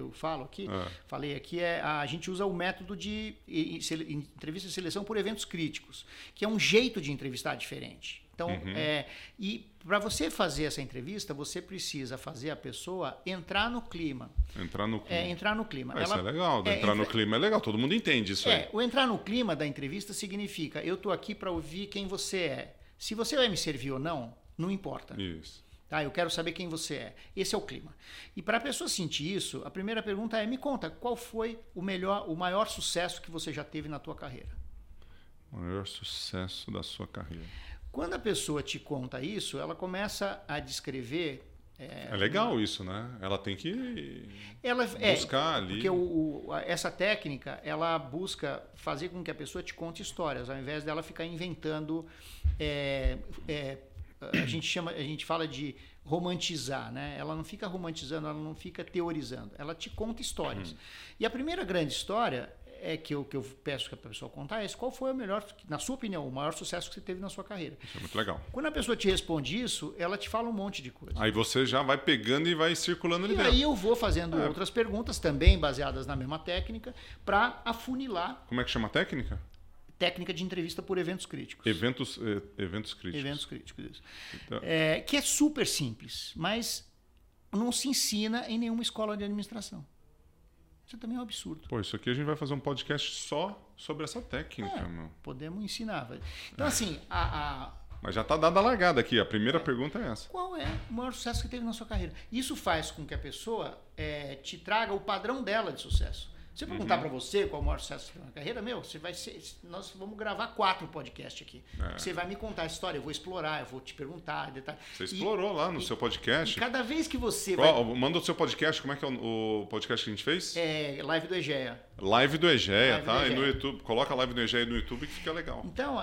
Falei aqui, a gente usa o método de entrevista de seleção por eventos críticos, que é um jeito de entrevistar diferente. Então, e para você fazer essa entrevista, você precisa fazer a pessoa entrar no clima. Entrar no clima. Entrar no clima. Isso é legal. Entrar no clima é legal, todo mundo entende isso aí. O entrar no clima da entrevista significa, eu estou aqui para ouvir quem você é. Se você vai me servir ou não, não importa. Isso. Tá? Eu quero saber quem você é. Esse é o clima. E para a pessoa sentir isso, a primeira pergunta é, me conta, qual foi o maior sucesso que você já teve na tua carreira? O maior sucesso da sua carreira. Quando a pessoa te conta isso, ela começa a descrever... É legal isso, né? Ela tem que buscar ali. Porque essa técnica, ela busca fazer com que a pessoa te conte histórias, ao invés dela ficar inventando... a gente fala de romantizar, né? Ela não fica romantizando, ela não fica teorizando, ela te conta histórias. E a primeira grande história que eu peço que a pessoa contar qual foi na sua opinião, o maior sucesso que você teve na sua carreira. Isso é muito legal. Quando a pessoa te responde isso, ela te fala um monte de coisa. Aí você já vai pegando e vai circulando ali dentro. E aí eu vou fazendo outras perguntas também baseadas na mesma técnica para afunilar. Como é que chama a técnica? Técnica de entrevista por eventos críticos. Eventos críticos. Eventos críticos, isso. Então. Que é super simples, mas não se ensina em nenhuma escola de administração. Isso também é um absurdo. Pô, isso aqui a gente vai fazer um podcast só sobre essa técnica, meu. Podemos ensinar. Então, assim, Mas já está dada a largada aqui. A primeira pergunta é essa. Qual é o maior sucesso que teve na sua carreira? Isso faz com que a pessoa te traga o padrão dela de sucesso. Se eu perguntar para você qual é o maior sucesso que teve na carreira, nós vamos gravar 4 podcasts aqui. Você vai me contar a história, eu vou explorar, eu vou te perguntar, detalhes. Você explorou lá no seu podcast. E cada vez que você manda o seu podcast, como é que é o podcast que a gente fez? Live do Egeia. Live do Egeia, tá? E no YouTube, coloca a Live do Egeia no YouTube que fica legal. Então,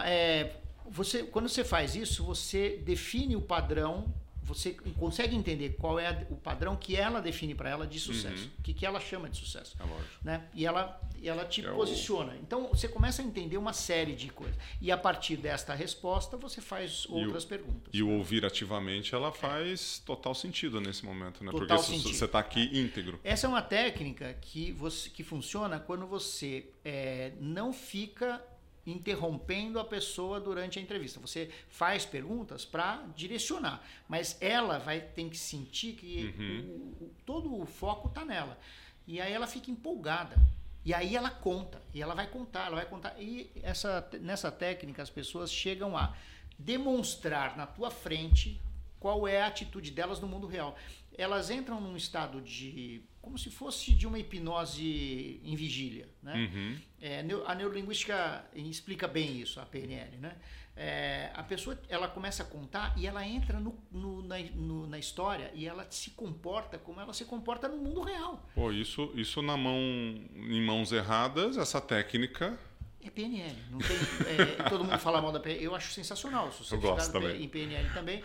quando você faz isso, você define o padrão, você consegue entender qual é o padrão que ela define para ela de sucesso, o que ela chama de sucesso. É lógico. Né? E ela te posiciona. Então, você começa a entender uma série de coisas. E a partir desta resposta, você faz outras perguntas. E o ouvir ativamente, ela faz total sentido nesse momento, né? Total porque sentido. Você está aqui íntegro. Essa é uma técnica que funciona quando você não fica interrompendo a pessoa durante a entrevista. Você faz perguntas para direcionar, mas ela tem que sentir que todo o foco está nela. E aí ela fica empolgada. E aí ela conta. E ela vai contar. E nessa técnica as pessoas chegam a demonstrar na tua frente qual é a atitude delas no mundo real. Elas entram num estado como se fosse de uma hipnose em vigília, né? A neurolinguística explica bem isso, a PNL, né? A pessoa ela começa a contar e ela entra na história e ela se comporta como ela se comporta no mundo real. Pô, isso em mãos erradas, essa técnica... É PNL. Não tem, todo mundo fala mal da PNL. Eu acho sensacional. Se você eu gosto também. Em PNL também.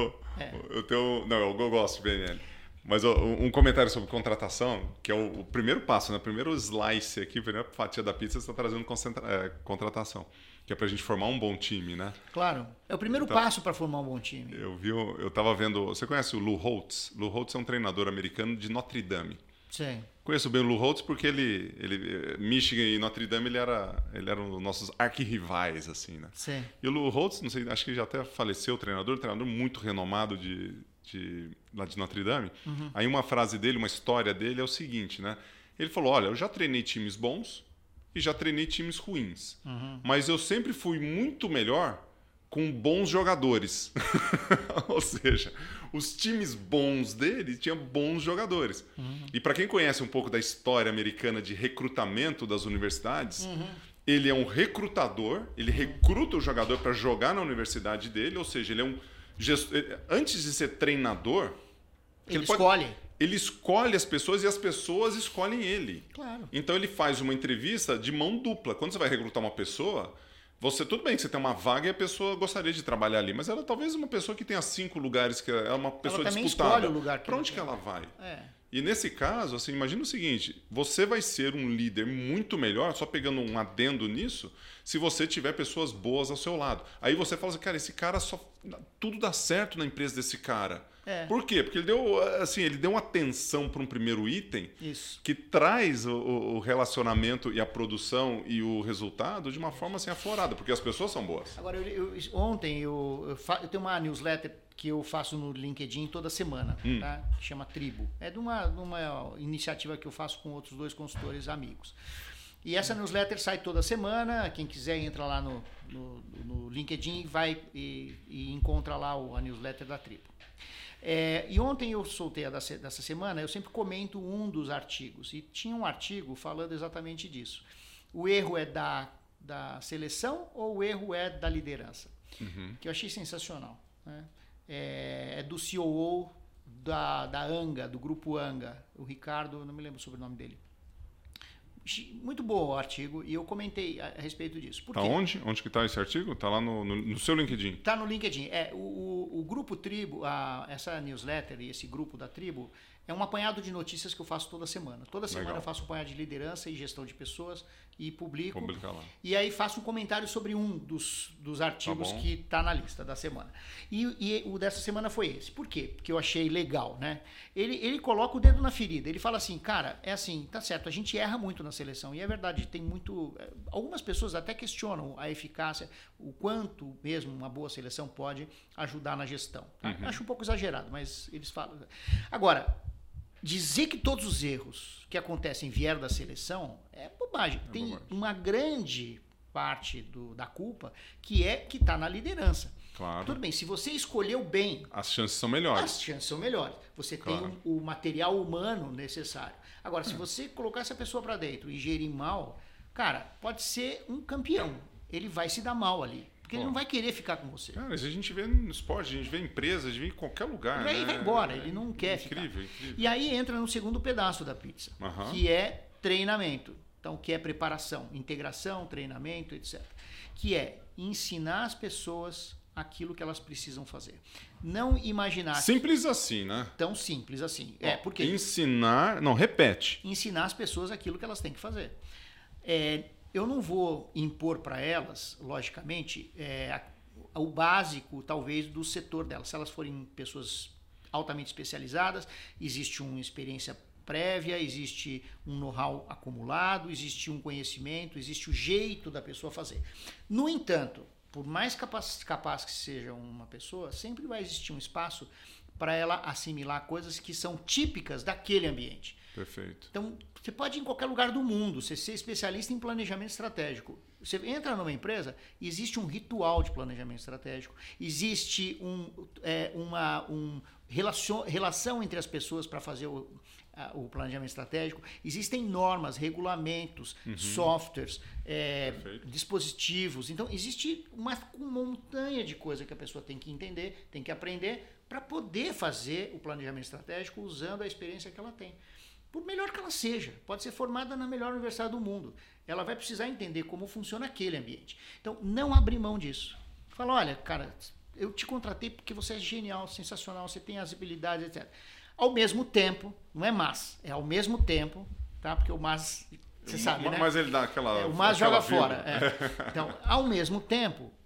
Eu gosto de PNL. Mas um comentário sobre contratação, que é o primeiro passo, né? O primeiro slice aqui, a primeira fatia da pizza, você está trazendo contratação. Que é para a gente formar um bom time, né? Claro. É o primeiro passo para formar um bom time. Eu estava vendo... Você conhece o Lou Holtz? Lou Holtz é um treinador americano de Notre Dame. Sim. Conheço bem o Lou Holtz porque Michigan e Notre Dame, ele eram nossos arquirrivais, assim, né? Sim. E o Lou Holtz, não sei, acho que já até faleceu o treinador muito renomado lá de Notre Dame. Uhum. Aí uma frase dele, uma história dele é o seguinte, né? Ele falou, olha, eu já treinei times bons e já treinei times ruins, mas eu sempre fui muito melhor com bons jogadores. Ou seja, os times bons dele tinham bons jogadores. E para quem conhece um pouco da história americana de recrutamento das universidades, ele é um recrutador, ele recruta o jogador para jogar na universidade dele, ou seja, ele é um gestor. Antes de ser treinador, ele escolhe as pessoas e as pessoas escolhem ele. Claro. Então ele faz uma entrevista de mão dupla. Quando você vai recrutar uma pessoa, tudo bem que você tem uma vaga e a pessoa gostaria de trabalhar ali, mas ela talvez uma pessoa que tenha 5 lugares, que é uma pessoa ela também disputada. Escolhe o lugar para onde que ela vai? É. E nesse caso, assim, imagina o seguinte, você vai ser um líder muito melhor, só pegando um adendo nisso, se você tiver pessoas boas ao seu lado. Aí você fala assim, cara, esse cara tudo dá certo na empresa desse cara. Por quê? Porque ele deu uma atenção para um primeiro item que traz o relacionamento e a produção e o resultado de uma forma assim aflorada, porque as pessoas são boas. Agora, ontem eu tenho uma newsletter que eu faço no LinkedIn toda semana, tá? Que chama Tribo. É de uma iniciativa que eu faço com outros 2 consultores amigos. E essa newsletter sai toda semana. Quem quiser entra lá no LinkedIn e encontra lá a newsletter da Tribo. E ontem eu soltei dessa semana, eu sempre comento um dos artigos. E tinha um artigo falando exatamente disso. O erro é da seleção ou o erro é da liderança? Que eu achei sensacional, né? É do COO da Anga, do grupo Anga, o Ricardo, não me lembro o sobrenome dele. Muito bom o artigo e eu comentei a respeito disso. Por quê? Onde? Onde que está esse artigo? Está lá no seu LinkedIn? Está no LinkedIn. O grupo Tribo, essa newsletter e esse grupo da Tribo é um apanhado de notícias que eu faço toda semana. Toda semana eu faço um apanhado de liderança e gestão de pessoas e publico. Publica lá. E aí faço um comentário sobre um dos artigos que está na lista da semana. E o dessa semana foi esse. Por quê? Porque eu achei legal, né? Ele coloca o dedo na ferida. Ele fala assim, cara, é assim, tá certo, a gente erra muito na seleção. E é verdade, tem muito... Algumas pessoas até questionam a eficácia, o quanto mesmo uma boa seleção pode ajudar na gestão. Tá? Acho um pouco exagerado, mas eles falam... Agora... Dizer que todos os erros que acontecem vieram da seleção é bobagem. Tem uma grande parte da culpa que está na liderança. Claro. Tudo bem, se você escolheu bem... As chances são melhores. Você tem o material humano necessário. Agora, se você colocar essa pessoa para dentro e gerir mal, cara, pode ser um campeão. Ele vai se dar mal ali. Porque ele não vai querer ficar com você. Cara, isso a gente vê no esporte, a gente vê em empresas, a gente vê em qualquer lugar. E aí vai embora, ele não quer ficar. Incrível. E aí entra no segundo pedaço da pizza, que é treinamento. Então, que é preparação, integração, treinamento, etc. Que é ensinar as pessoas aquilo que elas precisam fazer. Não imaginar... Simples assim, né? Tão simples assim. Porque ensinar... Não, repete. Ensinar as pessoas aquilo que elas têm que fazer. Eu não vou impor para elas, logicamente, o básico, talvez, do setor delas. Se elas forem pessoas altamente especializadas, existe uma experiência prévia, existe um know-how acumulado, existe um conhecimento, existe o jeito da pessoa fazer. No entanto, por mais capaz que seja uma pessoa, sempre vai existir um espaço para ela assimilar coisas que são típicas daquele ambiente. Perfeito. Então, você pode ir em qualquer lugar do mundo, você ser especialista em planejamento estratégico. Você entra numa empresa, existe um ritual de planejamento estratégico, existe uma relação entre as pessoas para fazer o planejamento estratégico, existem normas, regulamentos, softwares, dispositivos. Então, existe uma montanha de coisa que a pessoa tem que entender, tem que aprender para poder fazer o planejamento estratégico usando a experiência que ela tem. Por melhor que ela seja, pode ser formada na melhor universidade do mundo. Ela vai precisar entender como funciona aquele ambiente. Então, não abrir mão disso. Fala, olha, cara, eu te contratei porque você é genial, sensacional, você tem as habilidades, etc. Ao mesmo tempo, não é mas, é ao mesmo tempo, tá? Porque o mas, você sabe, né? Mas ele dá aquela... o mas joga fora. Então, ao mesmo tempo,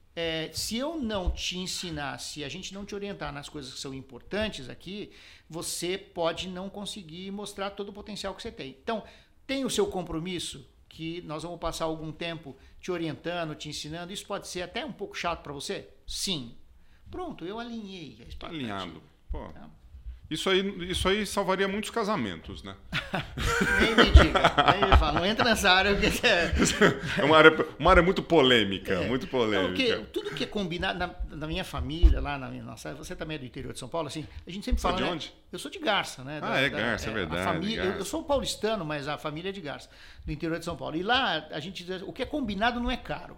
se eu não te ensinar, se a gente não te orientar nas coisas que são importantes aqui, você pode não conseguir mostrar todo o potencial que você tem. Então, tem o seu compromisso, que nós vamos passar algum tempo te orientando, te ensinando. Isso pode ser até um pouco chato para você? Sim. Pronto, eu alinhei a expectativa. Alinhado. Pô. Isso aí salvaria muitos casamentos, né? Nem me diga. Nem me fala. Não entra nessa área. Porque é uma área muito polêmica. Muito polêmica. Não, tudo que é combinado na minha família, lá na minha nossa, você também é do interior de São Paulo, assim, a gente sempre fala. Você é de onde? Eu sou de Garça, né? Garça, é verdade. Família, eu sou paulistano, mas a família é de Garça, do interior de São Paulo. E lá a gente diz, o que é combinado não é caro.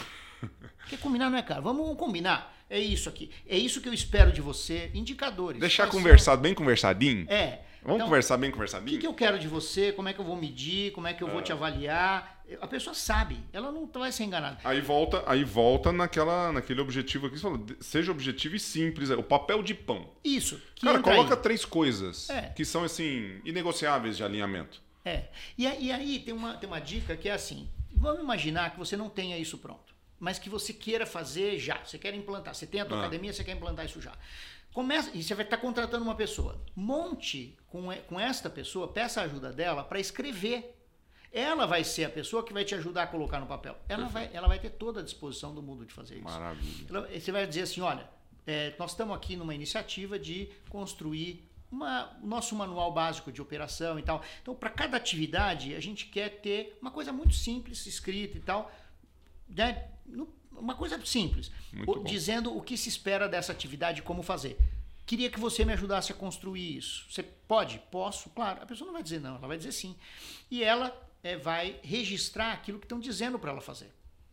O que é combinado não é caro. Vamos combinar. É isso aqui. É isso que eu espero de você. Indicadores. Deixar conversado, bem conversadinho? Vamos então, conversar bem conversadinho? O que eu quero de você? Como é que eu vou medir? Como é que eu vou te avaliar? A pessoa sabe. Ela não vai ser enganada. Aí volta naquele objetivo aqui. Você falou, seja objetivo e simples. O papel de pão. Isso. Cara, coloca 3 coisas que são, assim, inegociáveis de alinhamento. E aí tem uma dica que é assim. Vamos imaginar que você não tenha isso pronto, mas que você queira fazer já. Você quer implantar. Você tem a tua academia, você quer implantar isso já. Começa, e você vai estar contratando uma pessoa. Monte com esta pessoa, peça a ajuda dela para escrever. Ela vai ser a pessoa que vai te ajudar a colocar no papel. Ela vai ter toda a disposição do mundo de fazer isso. Maravilha. Você vai dizer assim, olha, nós estamos aqui numa iniciativa de construir nosso manual básico de operação e tal. Então, para cada atividade, a gente quer ter uma coisa muito simples, escrita e tal, né? Uma coisa simples, dizendo o que se espera dessa atividade e como fazer. Queria que você me ajudasse a construir isso. Você pode? Posso? Claro. A pessoa não vai dizer não, ela vai dizer sim. E ela vai registrar aquilo que estão dizendo para ela fazer.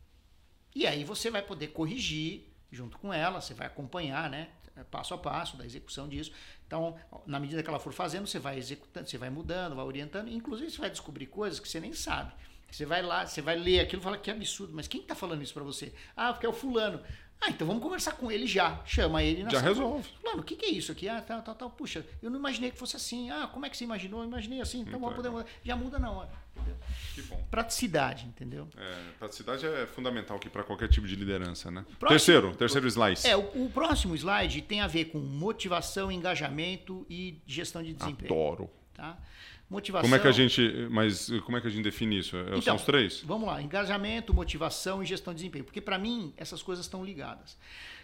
E aí você vai poder corrigir junto com ela, você vai acompanhar, né? Passo a passo da execução disso. Então, na medida que ela for fazendo, você vai executando, você vai mudando, vai orientando. Inclusive, você vai descobrir coisas que você nem sabe. Você vai lá, você vai ler aquilo e fala que absurdo, mas quem está falando isso para você? Porque é o fulano. Então vamos conversar com ele já. Chama ele na já resolve. Fulano, o que é isso aqui? Tal. Puxa, eu não imaginei que fosse assim. Como é que você imaginou? Eu imaginei assim. Então vamos poder mudar. Já muda na hora. Entendeu? Que bom. Praticidade, entendeu? Praticidade é fundamental aqui para qualquer tipo de liderança, né? Próximo, terceiro slide. O próximo slide tem a ver com motivação, engajamento e gestão de desempenho. Adoro. Tá? Motivação. Como é que a gente define isso? São os 3? Vamos lá, engajamento, motivação e gestão de desempenho. Porque para mim essas coisas estão ligadas.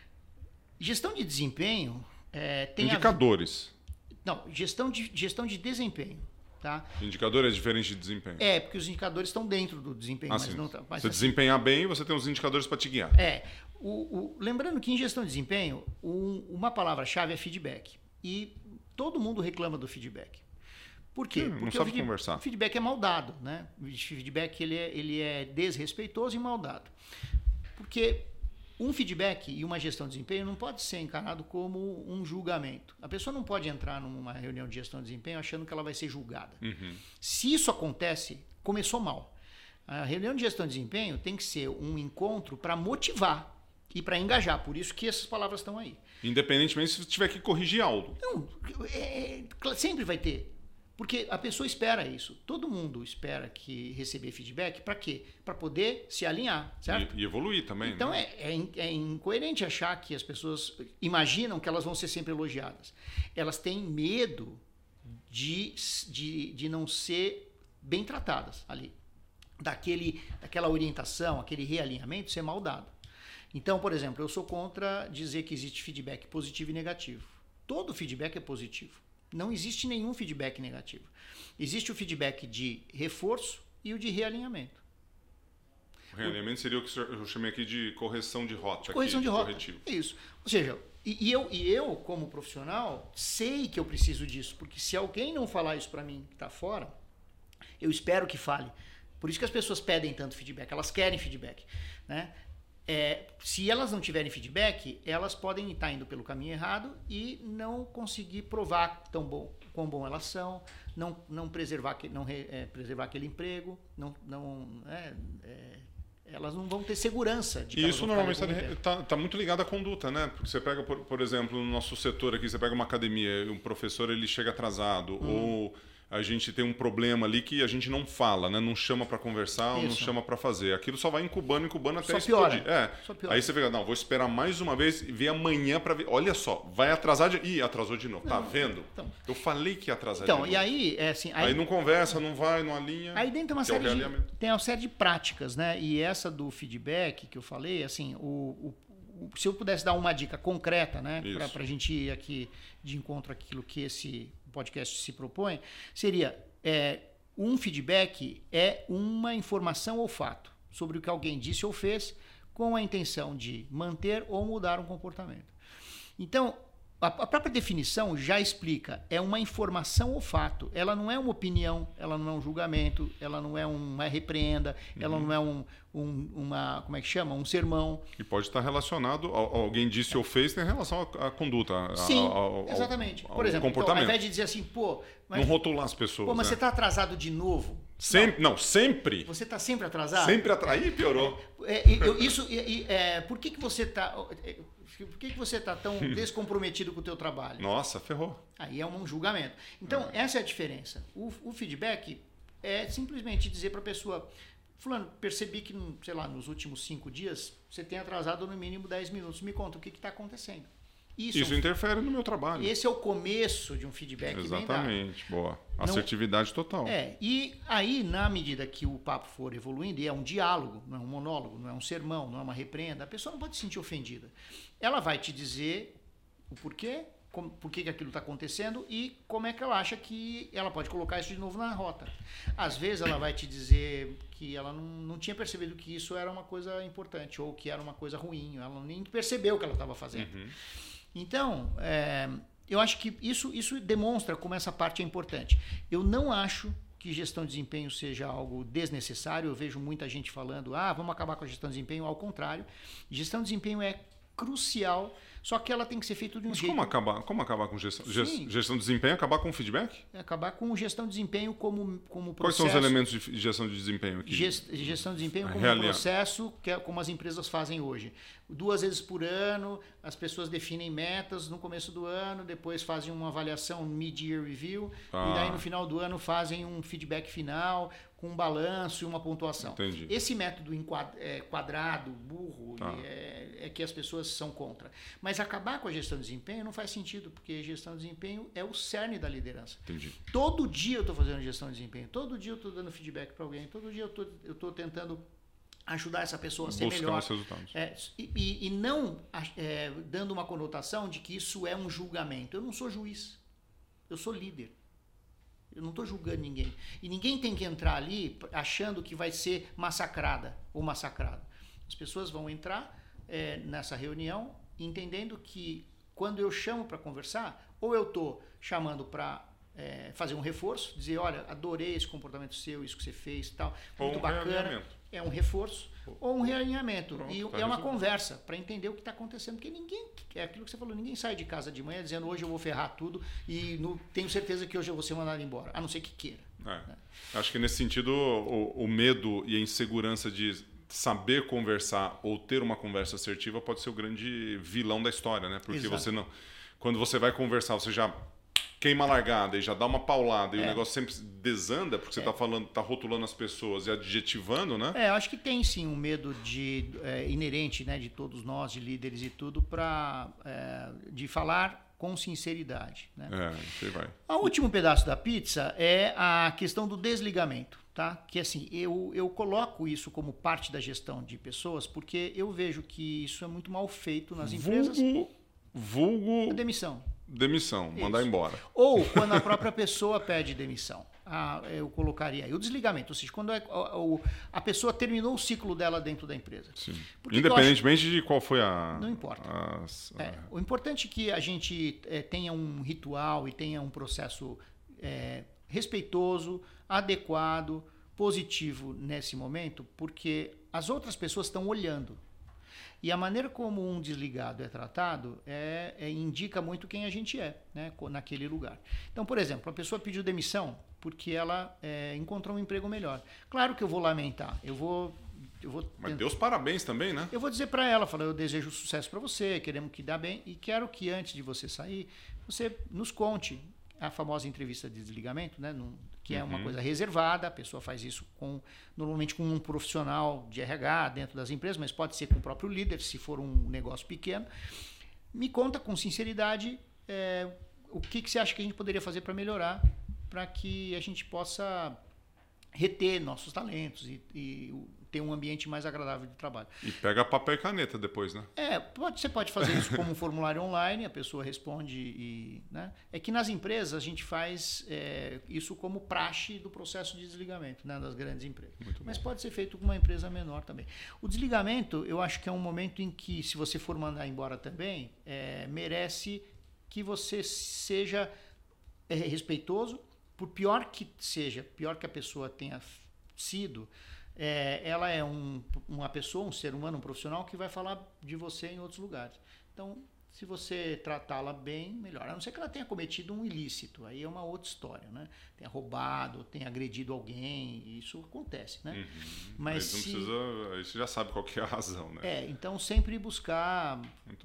Gestão de desempenho tem indicadores. Não, gestão de desempenho. Tá? Indicador é diferente de desempenho. Porque os indicadores estão dentro do desempenho. Mas não tá, mas se desempenhar bem, você tem os indicadores para te guiar. Lembrando que em gestão de desempenho, uma palavra-chave é feedback. E todo mundo reclama do feedback. Por quê? Porque não sabe conversar. O feedback é mal dado, né? O feedback ele é desrespeitoso e mal dado. Porque um feedback e uma gestão de desempenho não pode ser encarado como um julgamento. A pessoa não pode entrar numa reunião de gestão de desempenho achando que ela vai ser julgada. Uhum. Se isso acontece, começou mal. A reunião de gestão de desempenho tem que ser um encontro para motivar e para engajar. Por isso que essas palavras estão aí. Independentemente se você tiver que corrigir algo. Não, sempre vai ter. Porque a pessoa espera isso. Todo mundo espera que receber feedback. Para quê? Para poder se alinhar, certo? E evoluir também. Então né? é incoerente achar que as pessoas imaginam que elas vão ser sempre elogiadas. Elas têm medo de não ser bem tratadas ali. Daquela orientação, aquele realinhamento ser mal dado. Então, por exemplo, eu sou contra dizer que existe feedback positivo e negativo. Todo feedback é positivo. Não existe nenhum feedback negativo. Existe o feedback de reforço e o de realinhamento. O realinhamento seria o que eu chamei aqui de correção de rota. Correção de rota. Corretivo. Isso. Ou seja, eu, como profissional, sei que eu preciso disso. Porque se alguém não falar isso para mim que está fora, eu espero que fale. Por isso que as pessoas pedem tanto feedback. Elas querem feedback, né? Se elas não tiverem feedback, elas podem estar indo pelo caminho errado e não conseguir provar quão bom elas são, não preservar aquele emprego, elas não vão ter segurança de que isso normalmente está muito ligado à conduta, né? Porque você pega, por exemplo, no nosso setor aqui, você pega uma academia, um professor ele chega atrasado ou a gente tem um problema ali que a gente não fala, né? Não chama para conversar, ou não chama para fazer. Aquilo só vai incubando até explodir. Só piora. Aí você fica, não, vou esperar mais uma vez e ver amanhã para ver. Olha só, vai atrasar de... Ih, atrasou de novo. Tá vendo? Então, eu falei que ia atrasar de novo. E aí, aí não conversa, não vai, não alinha. Aí dentro tem uma série de práticas, né? E essa do feedback que eu falei, assim, se eu pudesse dar uma dica concreta, né? Para a gente ir aqui de encontro àquilo que esse podcast se propõe, seria um feedback é uma informação ou fato sobre o que alguém disse ou fez com a intenção de manter ou mudar um comportamento. Então, a própria definição já explica, é uma informação ou fato. Ela não é uma opinião, ela não é um julgamento, ela não é uma repreenda, ela não é uma, como é que chama? Um sermão. E pode estar relacionado, alguém disse ou fez, tem relação à conduta. Sim, exatamente. Por exemplo, comportamento. Então, ao invés de dizer assim, não rotular as pessoas. Mas você está atrasado de novo? Sempre. Você está sempre atrasado? Sempre atrasado. Aí piorou. Por que você está... Por que você está tão descomprometido com o teu trabalho? Nossa, ferrou. Aí é um julgamento. Então, essa é a diferença. O feedback é simplesmente dizer para a pessoa, fulano, percebi que, sei lá, nos últimos 5 dias, você tem atrasado no mínimo 10 minutos. Me conta o que está acontecendo. Isso interfere no meu trabalho. Esse é o começo de um feedback. Exatamente, boa. Assertividade total. E aí, na medida que o papo for evoluindo, e é um diálogo, não é um monólogo, não é um sermão, não é uma repreenda, a pessoa não pode se sentir ofendida. Ela vai te dizer o porquê, por que aquilo está acontecendo e como é que ela acha que ela pode colocar isso de novo na rota. Às vezes ela vai te dizer que ela não tinha percebido que isso era uma coisa importante ou que era uma coisa ruim, ela nem percebeu o que ela estava fazendo. Então, eu acho que isso demonstra como essa parte é importante. Eu não acho que gestão de desempenho seja algo desnecessário. Eu vejo muita gente falando, vamos acabar com a gestão de desempenho. Ao contrário, gestão de desempenho é crucial, só que ela tem que ser feita de um jeito... Como acabar com gestão de desempenho? Acabar com feedback? Acabar com gestão de desempenho como processo. Quais são os elementos de gestão de desempenho aqui? Gestão de desempenho como um processo, que é como as empresas fazem hoje. 2 vezes por ano, as pessoas definem metas no começo do ano, depois fazem uma avaliação mid-year review, e daí no final do ano fazem um feedback final, com um balanço e uma pontuação. Entendi. Esse método quadrado, burro, é que as pessoas são contra. Mas acabar com a gestão de desempenho não faz sentido, porque gestão de desempenho é o cerne da liderança. Entendi. Todo dia eu estou fazendo gestão de desempenho, todo dia eu estou dando feedback para alguém, todo dia eu estou tentando ajudar essa pessoa a ser melhor. Buscar os resultados. E não dando uma conotação de que isso é um julgamento. Eu não sou juiz, eu sou líder. Eu não estou julgando ninguém. E ninguém tem que entrar ali achando que vai ser massacrada ou massacrado. As pessoas vão entrar nessa reunião entendendo que quando eu chamo para conversar, ou eu estou chamando para fazer um reforço, dizer, olha, adorei esse comportamento seu, isso que você fez e tal, muito bacana. É um reforço ou um realinhamento. Pronto, e é uma conversa para entender o que está acontecendo. Porque ninguém, é aquilo que você falou, ninguém sai de casa de manhã dizendo hoje eu vou ferrar tudo e tenho certeza que hoje eu vou ser mandado embora, a não ser que queira. Né? Acho que nesse sentido o medo e a insegurança de saber conversar ou ter uma conversa assertiva pode ser o grande vilão da história, né? Porque quando você vai conversar, você já queima a largada e já dá uma paulada e o negócio sempre desanda porque você está rotulando as pessoas e adjetivando, né? Eu acho que tem sim um medo inerente, né, de todos nós, de líderes e tudo, de falar com sinceridade. Né? Você vai. O último pedaço da pizza é a questão do desligamento. Tá? Que assim, eu coloco isso como parte da gestão de pessoas porque eu vejo que isso é muito mal feito nas empresas. Vulgo... Demissão, mandar embora. Ou quando a própria pessoa pede demissão. Eu colocaria aí o desligamento, ou seja, quando a pessoa terminou o ciclo dela dentro da empresa. Sim. Independentemente de qual foi Não importa. O importante é que a gente tenha um ritual e tenha um processo respeitoso, adequado, positivo nesse momento, porque as outras pessoas estão olhando. E a maneira como um desligado é tratado indica muito quem a gente é, né, naquele lugar. Então, por exemplo, a pessoa pediu demissão porque ela encontrou um emprego melhor. Claro que eu vou lamentar, Mas Deus parabéns também, né? Eu vou dizer para ela, eu desejo sucesso para você, queremos que dá bem e quero que antes de você sair, você nos conte a famosa entrevista de desligamento, né? Que é uma coisa reservada, a pessoa faz isso normalmente com um profissional de RH dentro das empresas, mas pode ser com o próprio líder, se for um negócio pequeno. Me conta com sinceridade o que você acha que a gente poderia fazer para melhorar, para que a gente possa reter nossos talentos e ter um ambiente mais agradável de trabalho. E pega papel e caneta depois, né? Você pode fazer isso como um formulário online, a pessoa responde. Né? É que nas empresas a gente faz isso como praxe do processo de desligamento, né, das grandes empresas. Mas pode ser feito com uma empresa menor também. O desligamento, eu acho que é um momento em que, se você for mandar embora também, merece que você seja respeitoso, por pior que seja, pior que a pessoa tenha sido, ela é uma pessoa, um ser humano, um profissional que vai falar de você em outros lugares. Então, se você tratá-la bem, melhor. A não ser que ela tenha cometido um ilícito, aí é uma outra história, né? Tenha roubado, tenha agredido alguém, isso acontece, né? Mas não precisa, aí você já sabe qual que é a razão, né? Então sempre buscar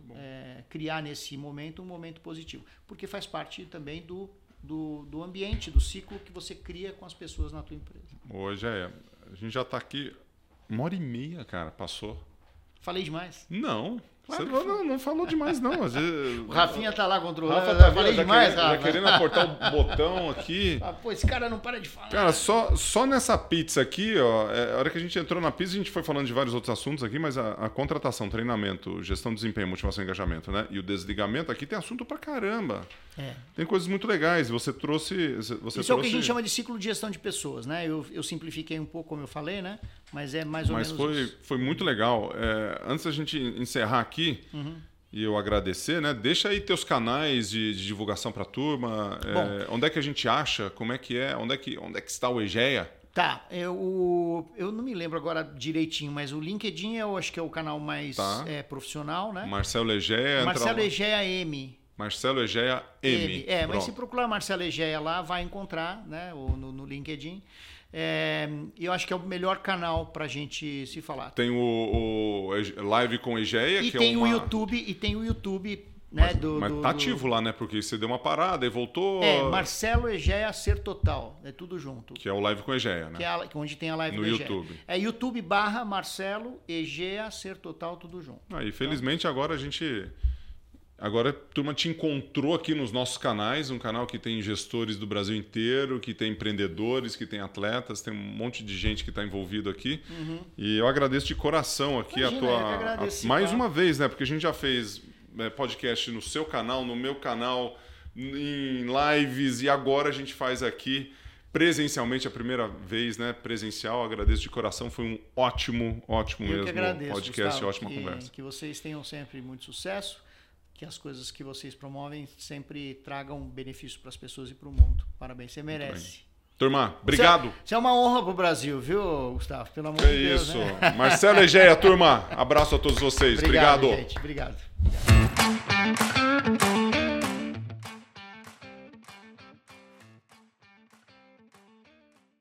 criar nesse momento um momento positivo, porque faz parte também do ambiente, do ciclo que você cria com as pessoas na tua empresa. Hoje a gente já está aqui 1h30, cara, passou. Falei demais? Não. Claro você não falou demais, não. Às vezes, o Rafinha tá lá controlando. Rafa tá falei demais, Rafa. Já querendo apertar o botão aqui. Esse cara não para de falar. Cara, só nessa pizza aqui, ó, a hora que a gente entrou na pizza, a gente foi falando de vários outros assuntos aqui, mas a contratação, treinamento, gestão de desempenho, motivação e engajamento, né? E o desligamento aqui tem assunto pra caramba. Tem coisas muito legais. Você trouxe... Isso é o que a gente chama de ciclo de gestão de pessoas, né? Eu simplifiquei um pouco, como eu falei, né? Mas é mais ou menos isso. Foi muito legal. Antes da gente encerrar aqui, e eu agradecer, né? Deixa aí teus canais de divulgação para a turma. Onde é que a gente acha? Como é que é? Onde é que está o Egeia? Tá, eu não me lembro agora direitinho, mas o LinkedIn eu acho que é o canal mais profissional, né? Marcelo Egeia. Marcelo Egeia M. Marcelo Egeia M. Mas se procurar Marcelo Egeia lá, vai encontrar, né? No LinkedIn. Eu acho que é o melhor canal pra gente se falar. Tem o Live com Egeia, que tem o YouTube, né? Mas tá ativo lá, né? Porque você deu uma parada e voltou. Marcelo Egeia Ser Total, é tudo junto. Que é o Live com Egeia, né? Que é onde tem a Live no com Egeia. YouTube. YouTube/Marcelo Egeia Ser Total, tudo junto. Aí, felizmente, agora a turma te encontrou aqui nos nossos canais, um canal que tem gestores do Brasil inteiro, que tem empreendedores, que tem atletas, tem um monte de gente que está envolvido aqui. E eu agradeço de coração aqui mais uma vez, né? Porque a gente já fez podcast no seu canal, no meu canal, em lives, e agora a gente faz aqui presencialmente a primeira vez, né? Presencial. Agradeço de coração, foi um ótimo mesmo podcast, Gustavo, ótima conversa. Que vocês tenham sempre muito sucesso. Que as coisas que vocês promovem sempre tragam benefício para as pessoas e para o mundo. Parabéns, você merece. Turma, obrigado. Isso é uma honra para o Brasil, viu, Gustavo? Pelo amor de Deus. Isso. Né? Marcelo Egeia, turma. Abraço a todos vocês. Obrigado. Gente. Obrigado.